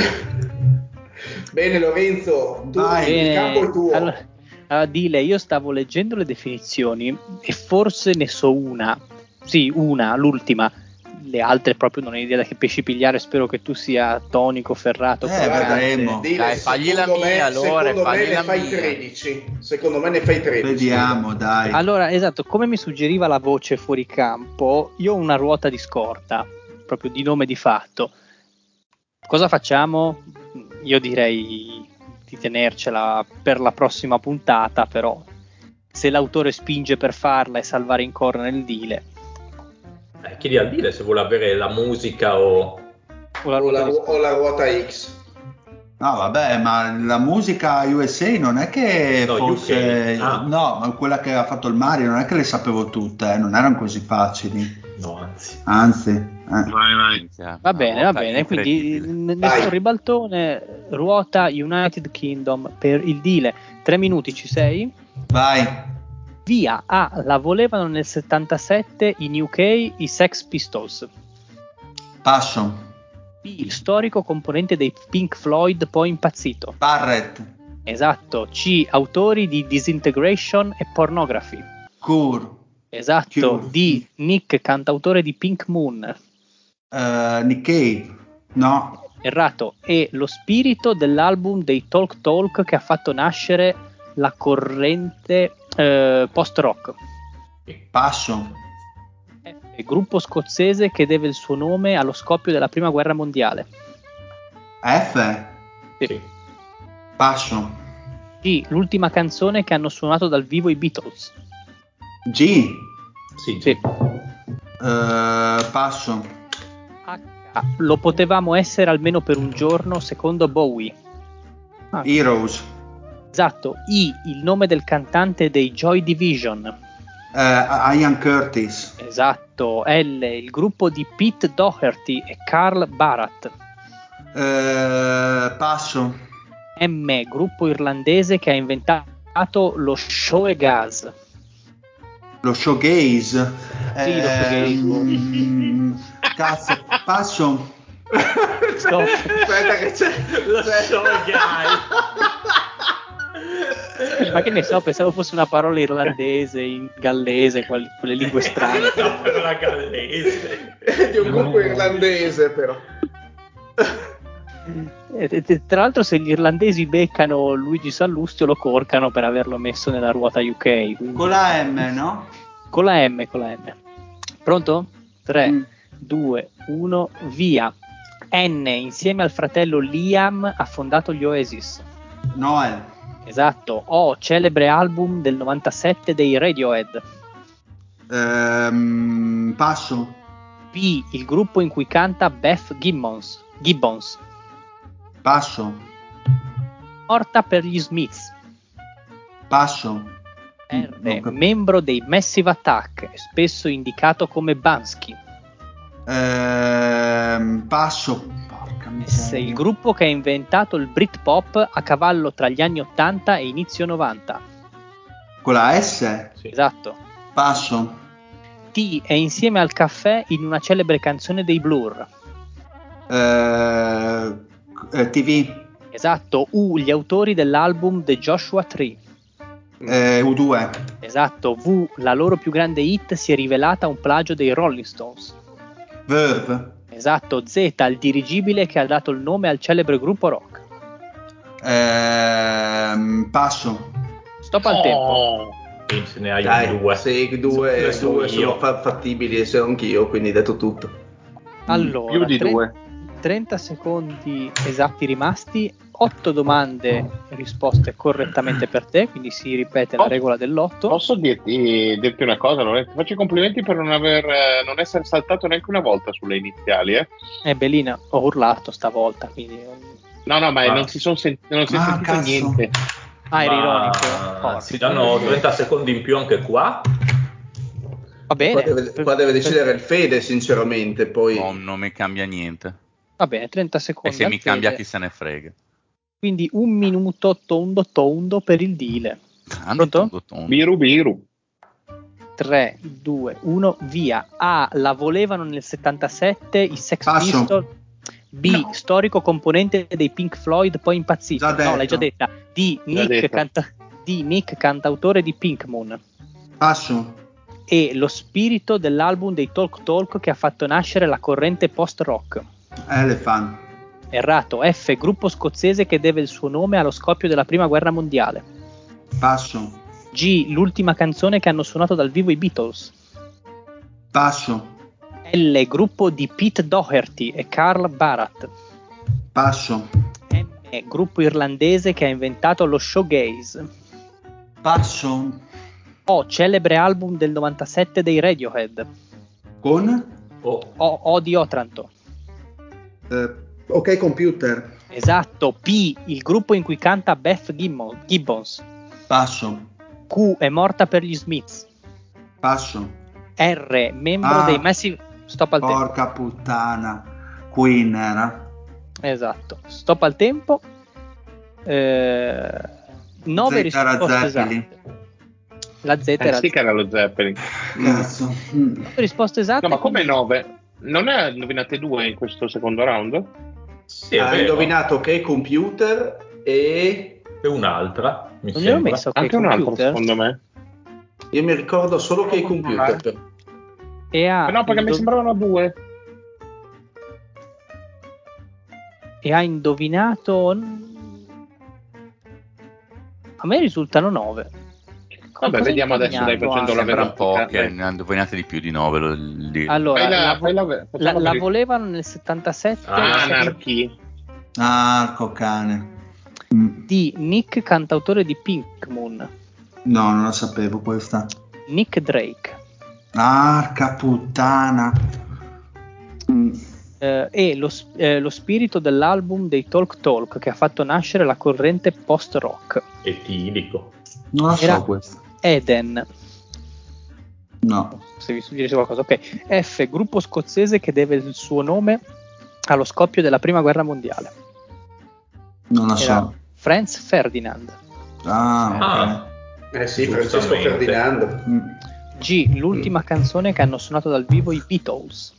Bene Lorenzo, il campo è tuo. Allora, Dile, io stavo leggendo le definizioni e forse ne so una, l'ultima. Le altre proprio non ho idea da che pesci pigliare. Spero che tu sia tonico, ferrato. Vedremo. Dile, fagli la mia, allora, secondo me ne la fai mia. 13. Secondo me ne fai 13. Vediamo, dai. Allora, esatto, come mi suggeriva la voce fuori campo, io ho una ruota di scorta, proprio di nome di fatto. Cosa facciamo? Io direi di tenercela per la prossima puntata, però se l'autore spinge per farla e salvare in corner nel Dile. Chiedi al Dile se vuole avere la musica o la ruota X. No, vabbè, ma la musica USA non è che fosse... UK. No, ma quella che ha fatto il Mario non è che le sapevo tutte, non erano così facili. No, Anzi. Vai. Va bene, quindi nessun ribaltone, ruota United Kingdom per il Dile. 3 minuti, ci sei? Vai. Via A. La volevano nel 77 in UK i Sex Pistols. Passo. B. Storico componente dei Pink Floyd poi impazzito. Barrett. Esatto. C. Autori di Disintegration e Pornography. Cure. Esatto. Cure. D. Nick, cantautore di Pink Moon. Nick Cave. No. Errato. E. Lo spirito dell'album dei Talk Talk che ha fatto nascere la corrente post-rock. Passo. F. Gruppo scozzese che deve il suo nome allo scoppio della prima guerra mondiale. F. Sì. Passo. G. L'ultima canzone che hanno suonato dal vivo i Beatles. G. Sì. Passo. H. Lo potevamo essere almeno per un giorno secondo Bowie. Heroes. Esatto. I. Il nome del cantante dei Joy Division. Ian Curtis. Esatto. L. Il gruppo di Pete Doherty e Carl Barat. Passo. M. Gruppo irlandese che ha inventato lo shoegaze. Lo showgaze. Sì, lo showgaze. Cazzo. Passo. Stop. Aspetta che c'è Lo showgaze. Ma che ne so, pensavo fosse una parola irlandese, in gallese, quelle lingue strane. La gallese. Di un gruppo irlandese però. Tra l'altro, se gli irlandesi beccano Luigi Sallustio lo corcano per averlo messo nella ruota UK. Quindi... Con la M, no? Con la M. Pronto? 3, 2, 1, via. N, insieme al fratello Liam, ha fondato gli Oasis. Noel. Esatto. O, celebre album del 97 dei Radiohead. Passo. P, il gruppo in cui canta Beth Gibbons. Passo. Morta per gli Smiths. Passo. R, membro dei Massive Attack, spesso indicato come Bansky. Passo. Porca miseria. S, il gruppo che ha inventato il Britpop a cavallo tra gli anni 80 e inizio 90. Con la S? Sì. Esatto. Passo. T, è insieme al caffè in una celebre canzone dei Blur. TV. Esatto. U, gli autori dell'album The Joshua Tree. U2. Esatto. V, la loro più grande hit si è rivelata un plagio dei Rolling Stones. Verve. Esatto. Z, il dirigibile che ha dato il nome al celebre gruppo rock. Passo. Stop al tempo. Se ne hai Dai, due. sì, due sono fattibili e so anch'io, quindi hai detto tutto. Allora, Più di 30 secondi esatti rimasti, 8 domande risposte correttamente per te, quindi si ripete la regola dell'8. Posso dirti una cosa, Lorenzo? Ti faccio i complimenti per non essere saltato neanche una volta sulle iniziali, Bellina, ho urlato stavolta, quindi... No, ma non si è sentito cazzo. niente. era ironico. Si danno 30 secondi in più anche qua. Va bene. Qua deve decidere il Fede, sinceramente. Poi non mi cambia niente. Va bene, 30 secondi. E se mi cambia, chi se ne frega. Quindi 1 minuto tondo per il deal. Pronto? Biru. 3, 2, 1, via. A. La volevano nel 77 i Sex Pistols. B. No. Storico componente dei Pink Floyd, poi impazzito. No, l'hai già detta. D. Nick, cantautore di Pink Moon. Passo. E. Lo spirito dell'album dei Talk che ha fatto nascere la corrente post-rock. Elephant. Errato. F. Gruppo scozzese che deve il suo nome allo scoppio della prima guerra mondiale. Passo. G. L'ultima canzone che hanno suonato dal vivo i Beatles. Passo. L. Gruppo di Pete Doherty e Carl Barat. Passo. M. Gruppo irlandese che ha inventato lo shoegaze. Passo. O. Celebre album del 97 dei Radiohead. Con? O di Otranto. Ok Computer. Esatto. P. Il gruppo in cui canta Beth Gibbons. Passo. Q. È morta per gli Smiths. Passo. R. Membro dei Massive. Stop al tempo. Porca puttana. Queen era. Esatto. Stop al tempo. 9 risposte esatte. La Z era sì che era lo Zeppelin. Cazzo. 9 risposte esatte. No, ma come 9? Non ne ha indovinate 2 in questo secondo round? Sì, ha indovinato che Computer e un'altra. Non mi ero messo anche un'altra, secondo me. Io mi ricordo solo che Computer. No, perché mi sembravano 2. E ha indovinato. A me risultano 9. Vabbè, vediamo adesso, dai, facendo la vera un po' che ne hanno indovinate di più di 9. Allora, la volevano nel 77. Anarchy. Arco cane. Di Nick, cantautore di Pink Moon. No, non la sapevo questa. Nick Drake. Arca puttana. E lo spirito dell'album dei Talk che ha fatto nascere la corrente post-rock. Etilico. Non la so questa. Eden. No. Se vi suggerisce qualcosa. Ok. F. Gruppo scozzese che deve il suo nome allo scoppio della prima guerra mondiale. Non la so. Franz Ferdinand. Sì, Francesco Ferdinando. G. L'ultima canzone che hanno suonato dal vivo i Beatles.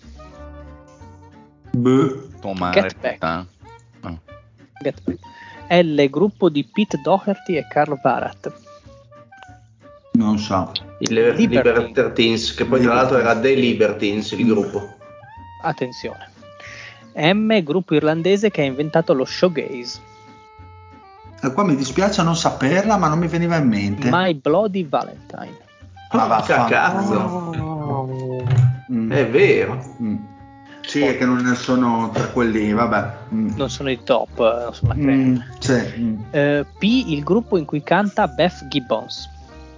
Get Back. Get Back. L. Gruppo di Pete Doherty e Carl Barat. Non so. Il Libertines, che poi tra l'altro era The Libertines il gruppo. Attenzione. M. Gruppo irlandese che ha inventato lo shoegaze. Qua mi dispiace non saperla, ma non mi veniva in mente. My Bloody Valentine. Cazzo. È vero. Sì, è che non ne sono tra quelli, vabbè. Non sono i top, non sono la crema. Sì. P. Il gruppo in cui canta Beth Gibbons.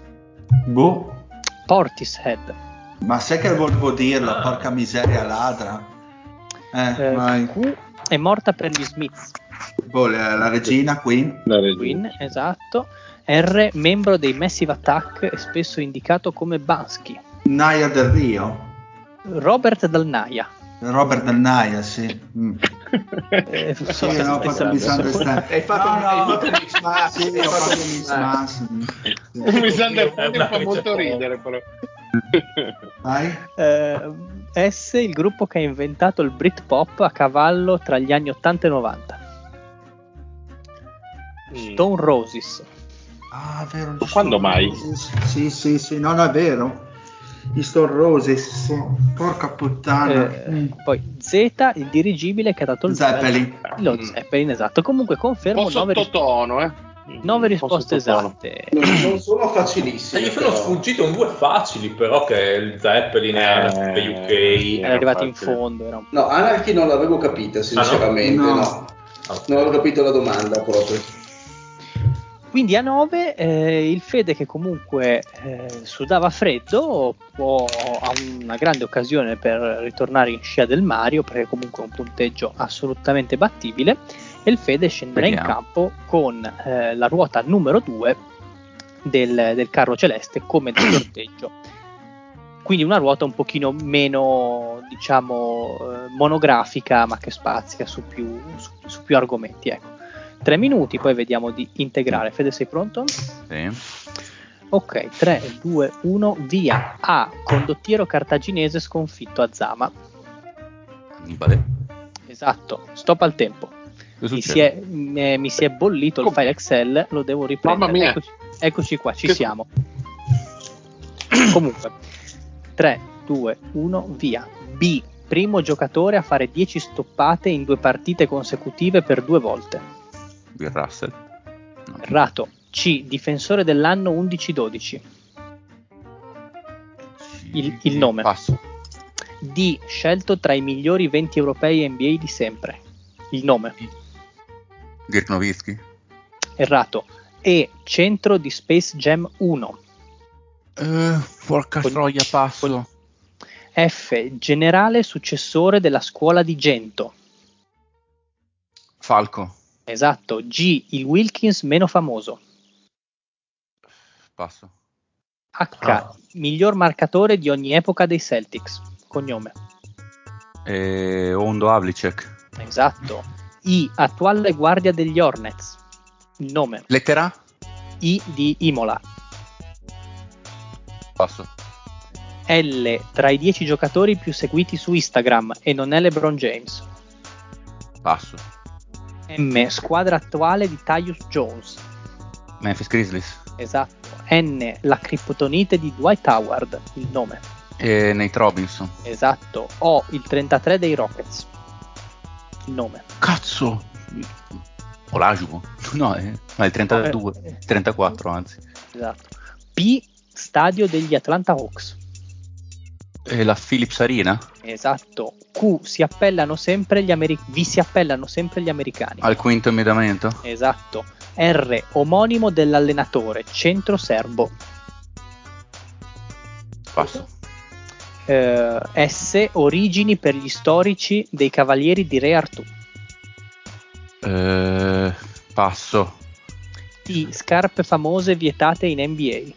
Portishead. Ma sai che volevo dirlo, porca miseria ladra. Vai. Q. È morta per gli Smiths. La regina Queen. Queen, esatto. R. Membro dei Massive Attack e spesso indicato come Bansky. Naya del Rio. Robert Del Naya, sì. Hai fatto un mix mass. Sì, ho fatto un mix mass. Un misunderstanding fa molto ridere, però. Vai. S. Il gruppo che ha inventato il Britpop a cavallo tra gli anni 80 e 90. Stone Roses. Vero. Ma quando mai? Sì, no, è vero. I Stone Roses, porca puttana. Poi Z, il dirigibile che ha dato il Zeppelin. Lo Zeppelin, esatto. Comunque confermo un po' sottotono, 9 risposte esatte. Non sono facilissime. Gli sono sfuggite due facili, però, che il Zeppelin è UK. Era arrivato in fondo. No, Anarchy non l'avevo capita, sinceramente. No. Non ho capito la domanda proprio. Quindi a 9 il Fede, che comunque sudava freddo, ha una grande occasione per ritornare in scia del Mario, perché comunque è un punteggio assolutamente battibile, e il Fede scenderà in campo con la ruota numero 2 del carro celeste come da sorteggio. Quindi una ruota un pochino meno, diciamo, monografica, ma che spazia su più argomenti, ecco. 3 minuti, poi vediamo di integrare. Fede, sei pronto? Sì. Ok, 3, 2, 1, via. A. Condottiero cartaginese sconfitto a Zama. Annibale. Esatto, stop al tempo. Mi si è bollito il file Excel, lo devo riprendere. Mamma mia. Eccoci qua, ci siamo. Comunque, 3, 2, 1, via. B. Primo giocatore a fare 10 stoppate in 2 partite consecutive per 2 volte. Bill Russell. No. Errato. C. Difensore dell'anno 11-12. Il nome. Passo. D. Scelto tra i migliori 20 europei NBA di sempre. Il nome. Dirk Nowitzki. Errato. E. Centro di Space Jam 1. Porca troia, passo. F. Generale successore della scuola di Gento. Falco. Esatto. G. Il Wilkins meno famoso. Passo. H. Miglior marcatore di ogni epoca dei Celtics. Cognome. Ondo Havlicek. Esatto. I. Attuale guardia degli Hornets. Il nome. Lettera? I di Imola. Passo. L. Tra i 10 giocatori più seguiti su Instagram e non è LeBron James. Passo. M. Squadra attuale di Tyus Jones. Memphis Grizzlies. Esatto. N. La criptonite di Dwight Howard. Il nome. Nate Robinson. Esatto. O. Il 33 dei Rockets. Il nome. Cazzo. Olajuwon. No, è il 32. 34 anzi. Esatto. P. Stadio degli Atlanta Hawks. La Philips Arena? Esatto. Q. Vi si appellano sempre gli americani. Al quinto immediamento? Esatto. R. Omonimo dell'allenatore, centro serbo. Passo. S. Origini per gli storici dei Cavalieri di Re Artù. Passo. T. Scarpe famose vietate in NBA.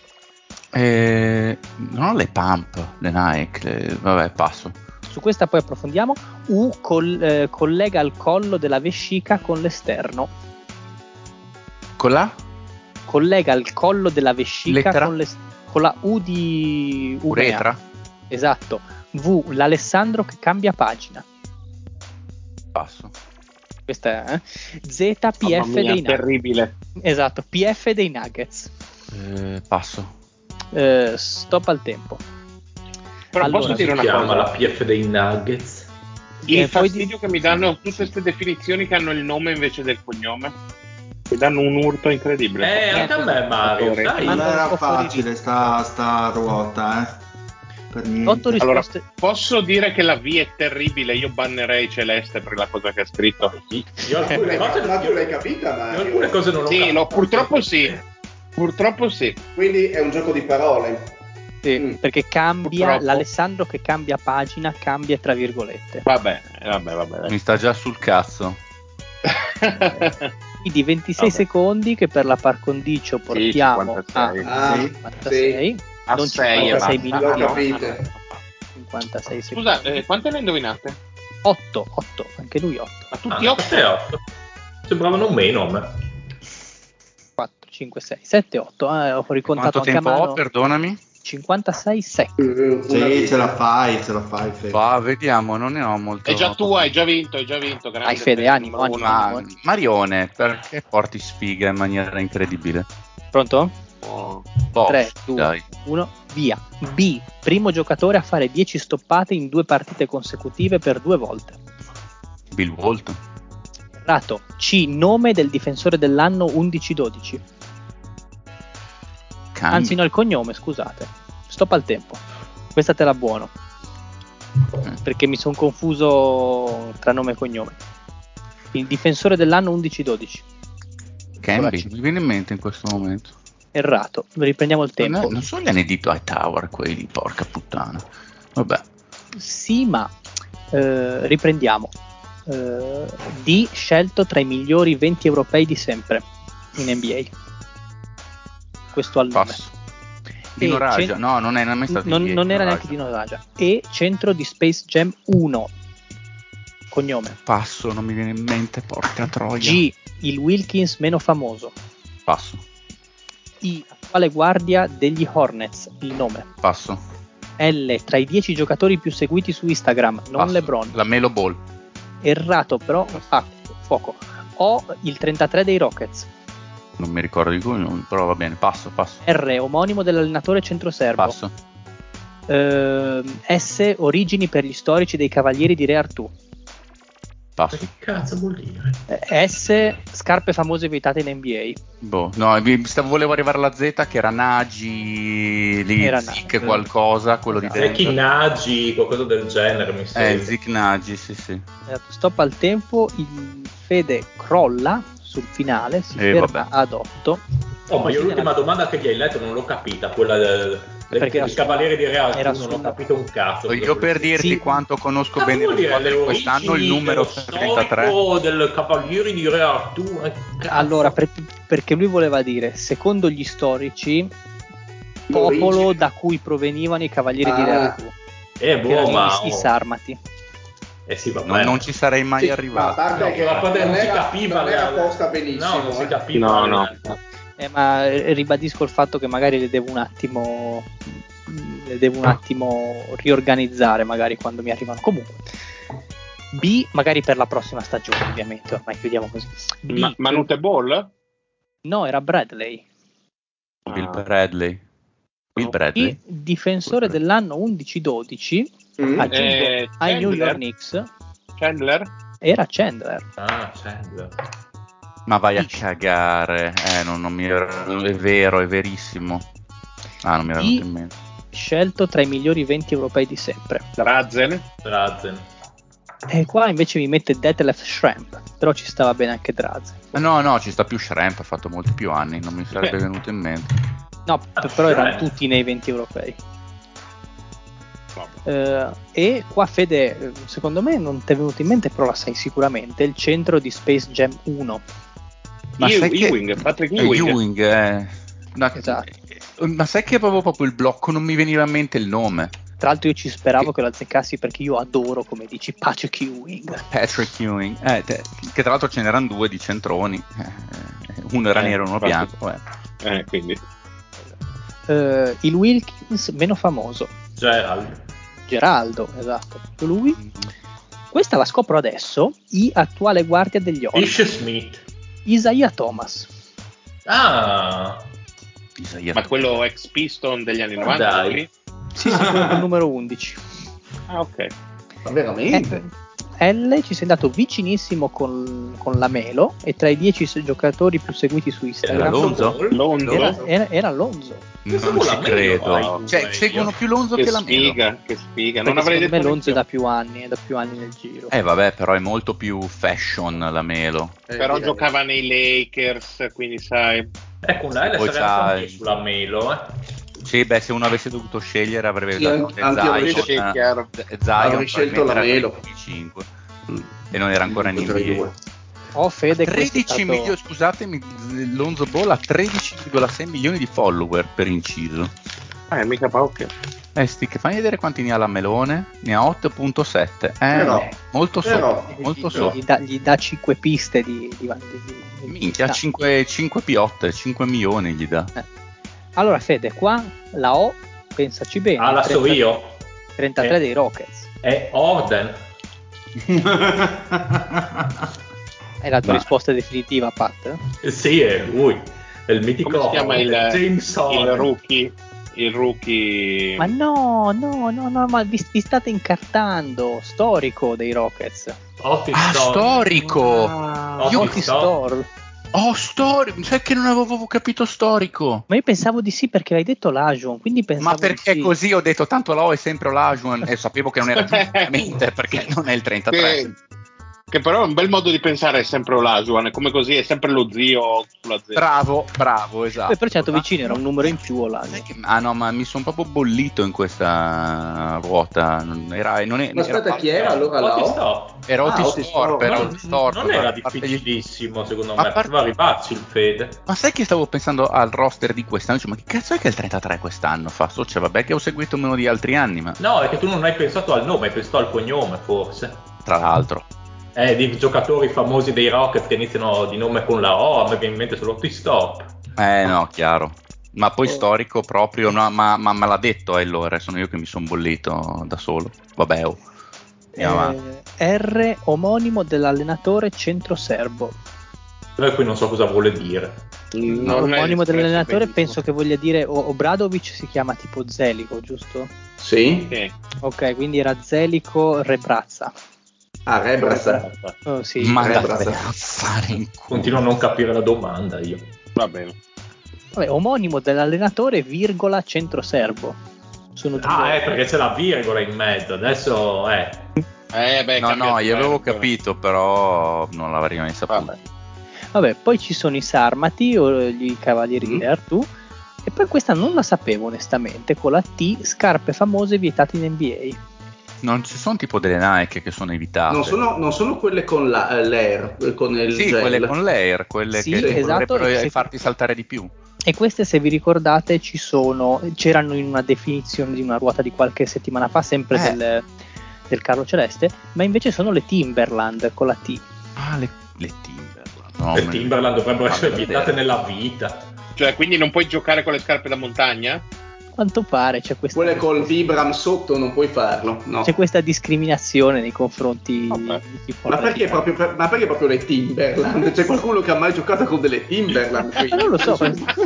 Non ho le pump, le Nike, vabbè, passo. Su questa poi approfondiamo. U. Collega il collo della vescica con l'esterno. Con la? Collega il collo della vescica con la U di uretra. Esatto. V. L'Alessandro che cambia pagina. Passo. Questa è Z. PF dei Nuggets. Terribile. Esatto, PF dei Nuggets. Passo. Stop al tempo. Però allora, posso dire una chiama cosa? La PF dei Nuggets. Il fastidio che mi danno tutte queste definizioni che hanno il nome invece del cognome. Mi danno un urto incredibile. Anche a me, Mario, sai? Non era facile sta ruota, per niente. 8 risposte. Allora, posso dire che la V è terribile, io bannerei Celeste per la cosa che ha scritto. Io alcune cose Ma tu l'hai capita, io Mario? alcune cose non ho Sì, capito. purtroppo sì. Purtroppo sì. Quindi è un gioco di parole. Sì, perché cambia Purtroppo. l'Alessandro che cambia pagina, cambia tra virgolette. Vabbè. Mi sta già sul cazzo. Quindi 26 Vabbè. secondi che per la par condicio portiamo 56. a 56. A Non 6 56 basta. minuti. L'ho no. capite. 56 secondi. Scusa, quante ne indovinate? 8, anche lui 8. A tutti 8? 8. Sembravano meno a me. 4, 5, 6, 7, 8. Ho ricontato Quanto anche tempo a mano. ho, perdonami? 56 secoli. Sì, ce la fai, Fede. Va, vediamo, non ne ho molto. È già tu, hai già vinto. Grande Hai Fede, animo, numero animo. uno. Marione, perché porti sfiga in maniera incredibile? Pronto? Oh. 3, 2, Dai. 1, via. B. Primo giocatore a fare 10 stoppate in 2 partite consecutive per 2 volte. Bill Walton. Errato. C. Nome del difensore dell'anno 11-12. Anzi no, il cognome, scusate. Stop al tempo. Questa te la buono. Perché mi sono confuso tra nome e cognome. Il difensore dell'anno 11-12. Camby, mi viene in mente in questo momento. Errato, riprendiamo il tempo. Non sono gli anni di Dwight Howard quelli, porca puttana. Vabbè. Sì, ma riprendiamo. D scelto tra i migliori 20 europei di sempre in NBA. Questo al nome. Passo. Dino Raja, no, non è mai stato non era Raja. neanche Dino Raja. E centro di Space Jam 1. Cognome. Passo, non mi viene in mente, porca troia. G, il Wilkins meno famoso. Passo. I, attuale guardia degli Hornets, il nome. Passo. L, tra i 10 giocatori più seguiti su Instagram, non Passo. LeBron. La Melo Ball. Errato, però. Fuoco. O, il 33 dei Rockets. Non mi ricordo di cui, però va bene, passo. R, omonimo dell'allenatore centroserbo. Passo. S, origini per gli storici dei Cavalieri di Re Artù. Passo. Che cazzo vuol dire? S, scarpe famose vietate in NBA. Volevo arrivare alla Z che era Nagy, lì, Era Zic Nagy. qualcosa, quello di Zeki dentro. Nagy, qualcosa del genere, mi sembra. Zic Nagy, sì. Stop al tempo, il Fede crolla sul finale, si ferma ad 8. Oh, ma io l'ultima domanda che gli hai letto non l'ho capita, quella del Cavaliere di Real, non ho capito un cazzo. Io per dirti quanto conosco bene le cose di quest'anno, il numero 33 del Cavaliere di Re Artù. Allora, perché lui voleva dire, secondo gli storici, popolo da cui provenivano i Cavalieri di Re Artù. Ma i Sarmati. Sì, vabbè. Non ci sarei mai arrivato. Ma a parte che non si capiva, non era posta benissimo. No, non si capiva. No. Ma ribadisco il fatto che magari le devo un attimo riorganizzare, magari quando mi arrivano. Comunque B, magari per la prossima stagione, ovviamente, ormai chiudiamo così. Manute Ball? No, era Bradley. Bill Bradley. B, difensore dell'anno 11-12 aggiungo ai New York Knicks. Chandler? Era Chandler. Chandler. Ma vai a cagare, non mi era, è vero, è verissimo. Non mi era venuto in mente. Scelto tra i migliori 20 europei di sempre. Drazen. E qua invece mi mette Detlef Schrempf, però ci stava bene anche Drazen. No, ci sta più Schrempf, ha fatto molti più anni, non mi sarebbe venuto in mente. No, però erano tutti nei 20 europei. E qua Fede, secondo me non ti è venuto in mente, però la sai sicuramente, il centro di Space Jam 1. Ma Patrick Ewing. Esatto. Ma sai che avevo proprio il blocco, non mi veniva in mente il nome. Tra l'altro io ci speravo che lo azzeccassi, perché io adoro, come dici, Patrick Ewing. Che tra l'altro ce n'erano due di centroni, uno era nero e uno bianco. Quindi. Il Wilkins meno famoso. Geraldo, esatto. Lui. Questa la scopro adesso. Attuale guardia degli Hornets. Ish Smith. Isaiah Thomas. Ma quello ex Piston degli anni 90? Dai. Sì, quello col numero 11. Ok. Ma veramente? L, ci sei andato vicinissimo con la Melo, e tra i 10 giocatori più seguiti su Instagram era Lonzo. Non ci credo. Seguono più Lonzo che la Melo. Che sfiga. Non avrei detto. Lonzo è da più anni nel giro. Vabbè, però è molto più fashion la Melo. Però giocava nei Lakers, quindi sai. Con la L sarebbe sulla Melo. Sì, se uno avesse dovuto scegliere avrebbe dato Zion, scelto la Melo 5 e non era ancora in NBA. Fede, 13 milioni, scusatemi, Lonzo Ball ha 13,6 milioni di follower, per inciso. Mica pauche. Che fai vedere quanti ne ha la Melone? Ne ha 8.7. Molto sopra. Gli dà 5 piste di minchia, 5 piotte, 5 milioni gli dà. Allora Fede, qua la O, pensaci bene. La so io. 33 dei Rockets. È Orden. È la tua risposta definitiva, Pat? Sì, è lui. È il mitico. Come si chiama James il rookie? Ma no, ma vi state incartando. Storico dei Rockets. Storico! Otis Thorpe. Storico, sai che non avevo capito storico. Ma io pensavo di sì, perché l'hai detto Olajuwon, quindi pensavo. Ma perché di sì. Così ho detto tanto la O è sempre Olajuwon e sapevo che non era giustamente perché non è il 33. Che però è un bel modo di pensare, è sempre Olajuwon, come così è sempre lo zio sulla Z. Bravo, esatto. Poi però certo vicino era un numero in più Olajuwon. No, ma mi sono proprio bollito in questa ruota. Ma aspetta, chi era allora là? Era Otis Thorpe. Non era difficilissimo secondo me, poteva arrivarci il Fede. Ma sai che stavo pensando al roster di quest'anno? Cioè, ma che cazzo è che il 33 quest'anno fa? Cioè, vabbè che ho seguito meno di altri anni, ma... No, è che tu non hai pensato al nome, hai pensato al cognome forse. Tra l'altro. Di giocatori famosi dei Rockets che iniziano di nome con la O, a me viene in mente solo T-Stop. No, chiaro. Ma poi storico proprio, no, ma me l'ha detto allora, sono io che mi sono bollito da solo. Vabbè, R, omonimo dell'allenatore centro-serbo. Qui non so cosa vuole dire. Omonimo dell'allenatore penso che voglia dire Obradovic si chiama tipo Zeliko, giusto? Sì. Ok, quindi era Zeliko Reprazza. Rebrazza. Oh, sì. Ma andate a fare in culo. Continuo a non capire la domanda io. Va bene. Vabbè, omonimo dell'allenatore virgola centro-serbo. Sono perché c'è la virgola in mezzo. Adesso no, io avevo capito, però non l'avrei mai saputo. Vabbè, poi ci sono i Sarmati o i Cavalieri di Artù. E poi questa non la sapevo onestamente. Con la T, scarpe famose vietate in NBA. Non ci sono tipo delle Nike che sono evitate? Non sono quelle con l'air, con il sì, gel. quelle con l'air, quelle che vorrebbero farti saltare di più. E queste, se vi ricordate, c'erano in una definizione di una ruota di qualche settimana fa, sempre del Carlo Celeste, ma invece sono le Timberland con la T. Le Timberland. No, le Timberland dovrebbero essere vietate nella vita. Cioè, quindi non puoi giocare con le scarpe da montagna? Quanto pare c'è questa. Quelle col Vibram sotto non puoi farlo. No. C'è questa discriminazione nei confronti di chi ma perché proprio le Timberland? C'è qualcuno che ha mai giocato con delle Timberland? Non lo so.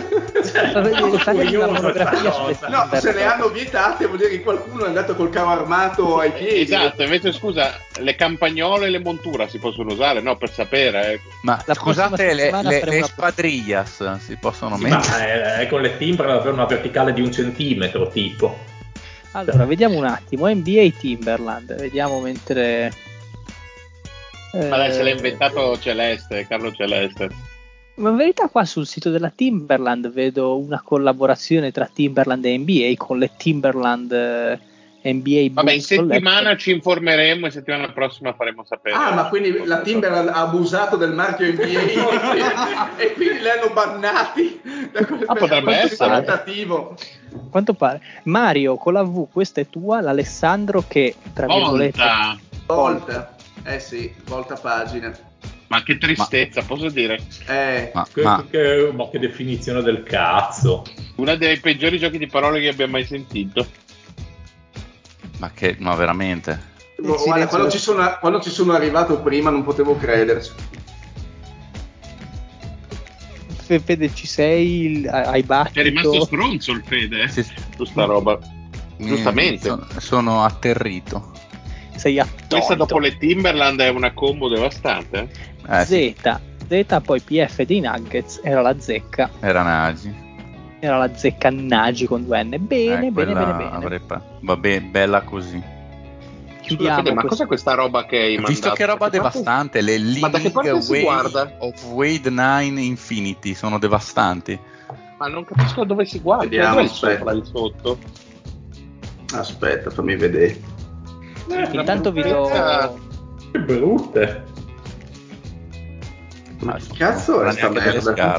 No, se le hanno vietate vuol dire che qualcuno è andato col carro armato ai piedi. Esatto, invece scusa, le campagnole e le montura si possono usare, no? Per sapere. Ma scusate, le spadrillas si possono mettere? Ma con le Timberland avere una verticale di 1 centimetro tipo. Allora, vediamo un attimo. NBA Timberland, vediamo mentre. Ma dai, se l'ha inventato Celeste, Carlo Celeste. Ma in verità qua sul sito della Timberland vedo una collaborazione tra Timberland e NBA con le Timberland NBA. Vabbè, in settimana ci informeremo e settimana prossima faremo sapere. Ma quindi la Timberland ha abusato del marchio NBA e quindi li hanno bannati da quel potrebbe essere tentativo. Quanto pare. Mario con la V, questa è tua, l'Alessandro che tra virgolette volta. Sì, volta pagina. Ma che tristezza, posso dire? Che definizione del cazzo. Una dei peggiori giochi di parole che abbia mai sentito. Ma veramente? Guarda, quando ci sono arrivato prima non potevo crederci. Fede, ci sei? Hai battito? È rimasto stronzo il Fede su sta roba. Giustamente. Sono atterrito. Sei attonito. Questa dopo le Timberland è una combo devastante. Z, poi PF dei Nuggets, era la zecca. Era Nagy. Era la zecca Nagy con 2 N. Bene. Vabbè, bella così. Chiudiamo. Fede, ma cos'è questa roba che hai mandato? Visto che roba devastante, le ma da che parte si guarda? of Wade 9 Infinity sono devastanti. Ma non capisco dove si guarda. Vediamo, il sotto. Aspetta, fammi vedere. Intanto vi do. Che brutte. Ma che cazzo è sta merda?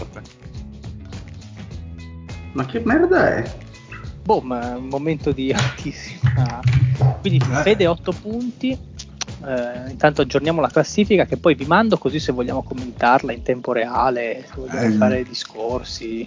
Ma che merda è? Ma un momento di altissima. Quindi Fede 8 punti. Intanto aggiorniamo la classifica che poi vi mando, così se vogliamo commentarla in tempo reale, se vogliamo fare discorsi.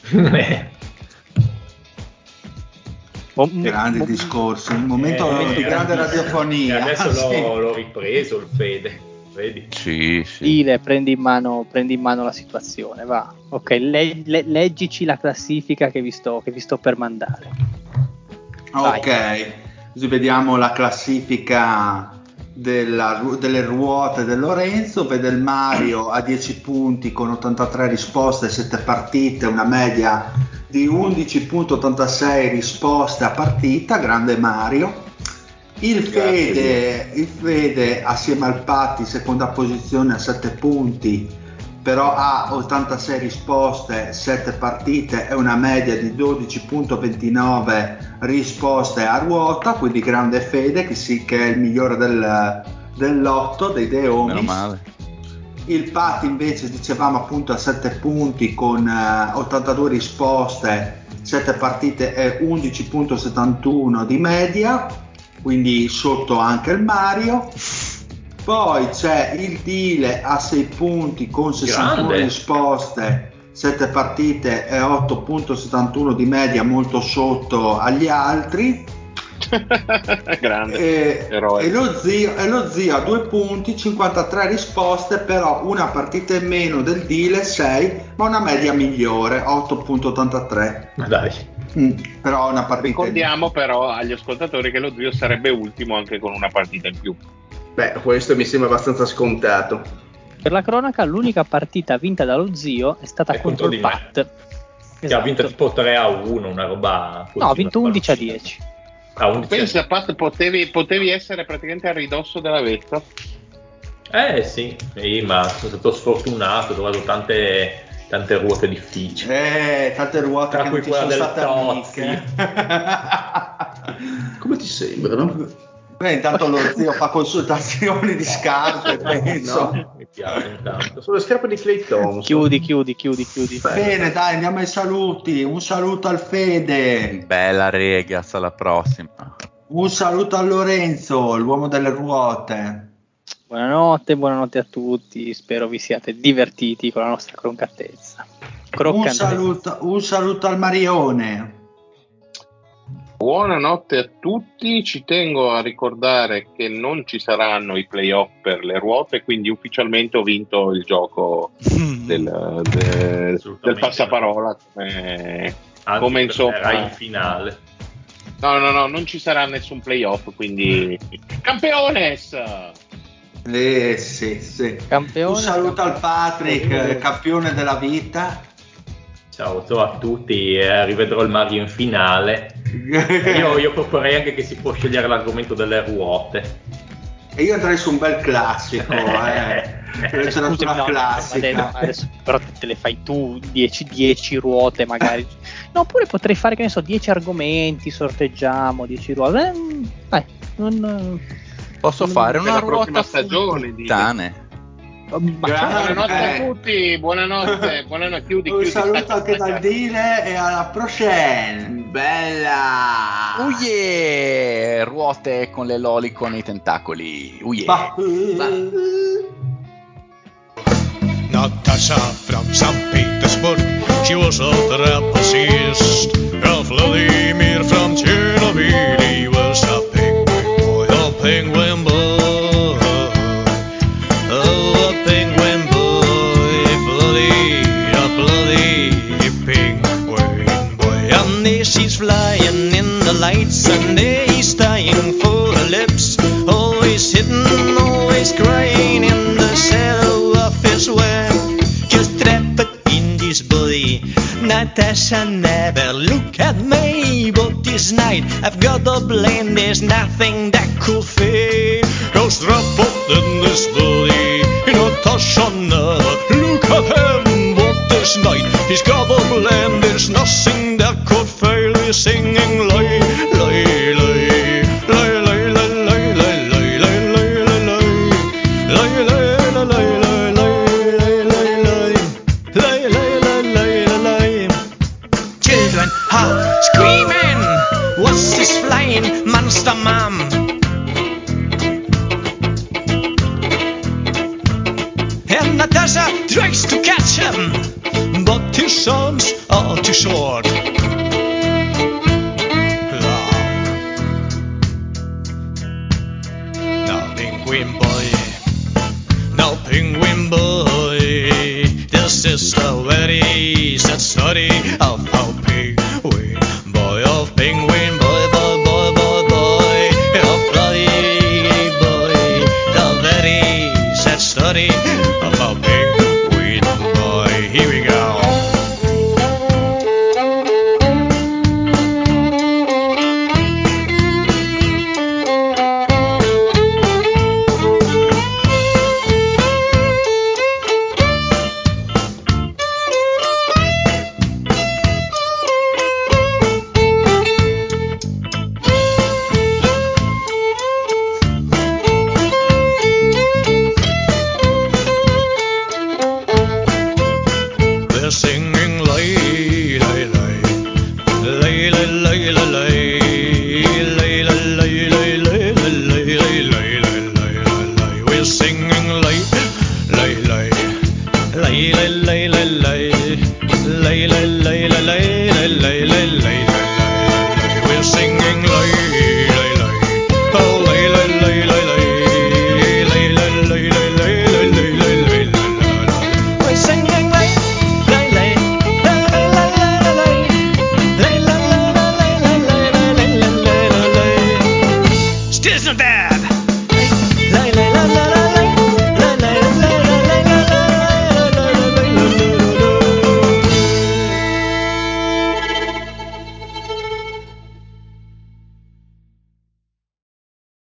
Grandi discorsi, un momento di grande radiofonia. Adesso l'ho ripreso il Fede, vedi? Sì. Prendi in mano la situazione, va. Ok, leggici la classifica che vi sto per mandare. Vai. Ok, così vediamo la classifica delle ruote del Lorenzo. Vede il Mario a 10 punti con 83 risposte, 7 partite, una media di 11.86 risposte a partita, grande Mario. Il Fede assieme al Patti, seconda posizione a 7 punti, però ha 86 risposte, 7 partite e una media di 12.29 risposte a ruota, quindi grande Fede che è il migliore del lotto dei Deomis. Meno male. Il Patti invece dicevamo appunto a 7 punti con 82 risposte, 7 partite e 11.71 di media, quindi sotto anche il Mario. Poi c'è il Dile a 6 punti con 61 risposte, 7 partite e 8.71 di media, molto sotto agli altri. Grande eroe. E lo zio a 2 punti, 53 risposte, però una partita in meno del Dile, 6, ma una media migliore, 8.83. Ma dai. Però una partita. Ricordiamo però agli ascoltatori che lo zio sarebbe ultimo anche con una partita in più. Beh, questo mi sembra abbastanza scontato. Per la cronaca, l'unica partita vinta dallo zio è stata contro il Pat. Esatto. Che ha vinto tipo 3-1, una roba così. No, ha vinto 11-10. Pensa, Pat, potevi essere praticamente a ridosso della vetta. Sì, ma sono stato sfortunato, ho trovato tante ruote difficili. Tante ruote tra che cui non ti sono state Tozzi. Come ti sembrano? Beh, intanto lo zio fa consultazioni di scarpe, penso. No, mi piace intanto. Sono le scarpe di Clay Thompson. Chiudi. Bene, dai, andiamo ai saluti. Un saluto al Fede. Bella Regas, alla prossima. Un saluto a Lorenzo, l'uomo delle ruote. Buonanotte a tutti, spero vi siate divertiti con la nostra croccantezza. Un saluto al Marione. Buonanotte a tutti, ci tengo a ricordare che non ci saranno i playoff per le ruote, quindi ufficialmente ho vinto il gioco del passaparola, come insomma in finale. No, non ci sarà nessun playoff, quindi campeones! Sì. Un saluto al Patrick, campione della vita. Ciao a tutti, rivedrò il Mario in finale. Io proporrei anche che si può scegliere l'argomento delle ruote. E io andrei su un bel classico, classica. Adesso però te le fai tu 10 ruote magari. No, oppure potrei fare, che ne so, 10 argomenti, sorteggiamo 10 ruote. Posso fare una ruota stagione di puttane. Buonanotte a tutti, buonanotte, chiudi. Un saluto anche dal Dile e alla prochaine. Bella! Ruote con le loli con i tentacoli. Natasha from St. Petersburg, she was a trapezist. Vladimir from Chernobyl, he was a penguin boy, a penguin boy. She's flying in the lights and he's dying for her lips. Always hidden, always crying in the shadow of his web. Just trapped in this body. Natasha, never look at me. But this night I've got the blame. There's nothing that could fail. Just trapped in this body. Natasha, never look at him. But this night he's got the blame. There's nothing that could fail. He's singing lay, lay, lay, lay, lay, lay, lay, lay, lay, lay, lay. Children are screaming. What's this flying monster, mom? And Natasha tries to catch him, but his arms are too short. Penguin boy, this is a very sad story of how penguin boy, of penguin boy, boy, boy, boy, boy, of bloody boy, the very sad story of how penguin boy. Here we go. lay, lay,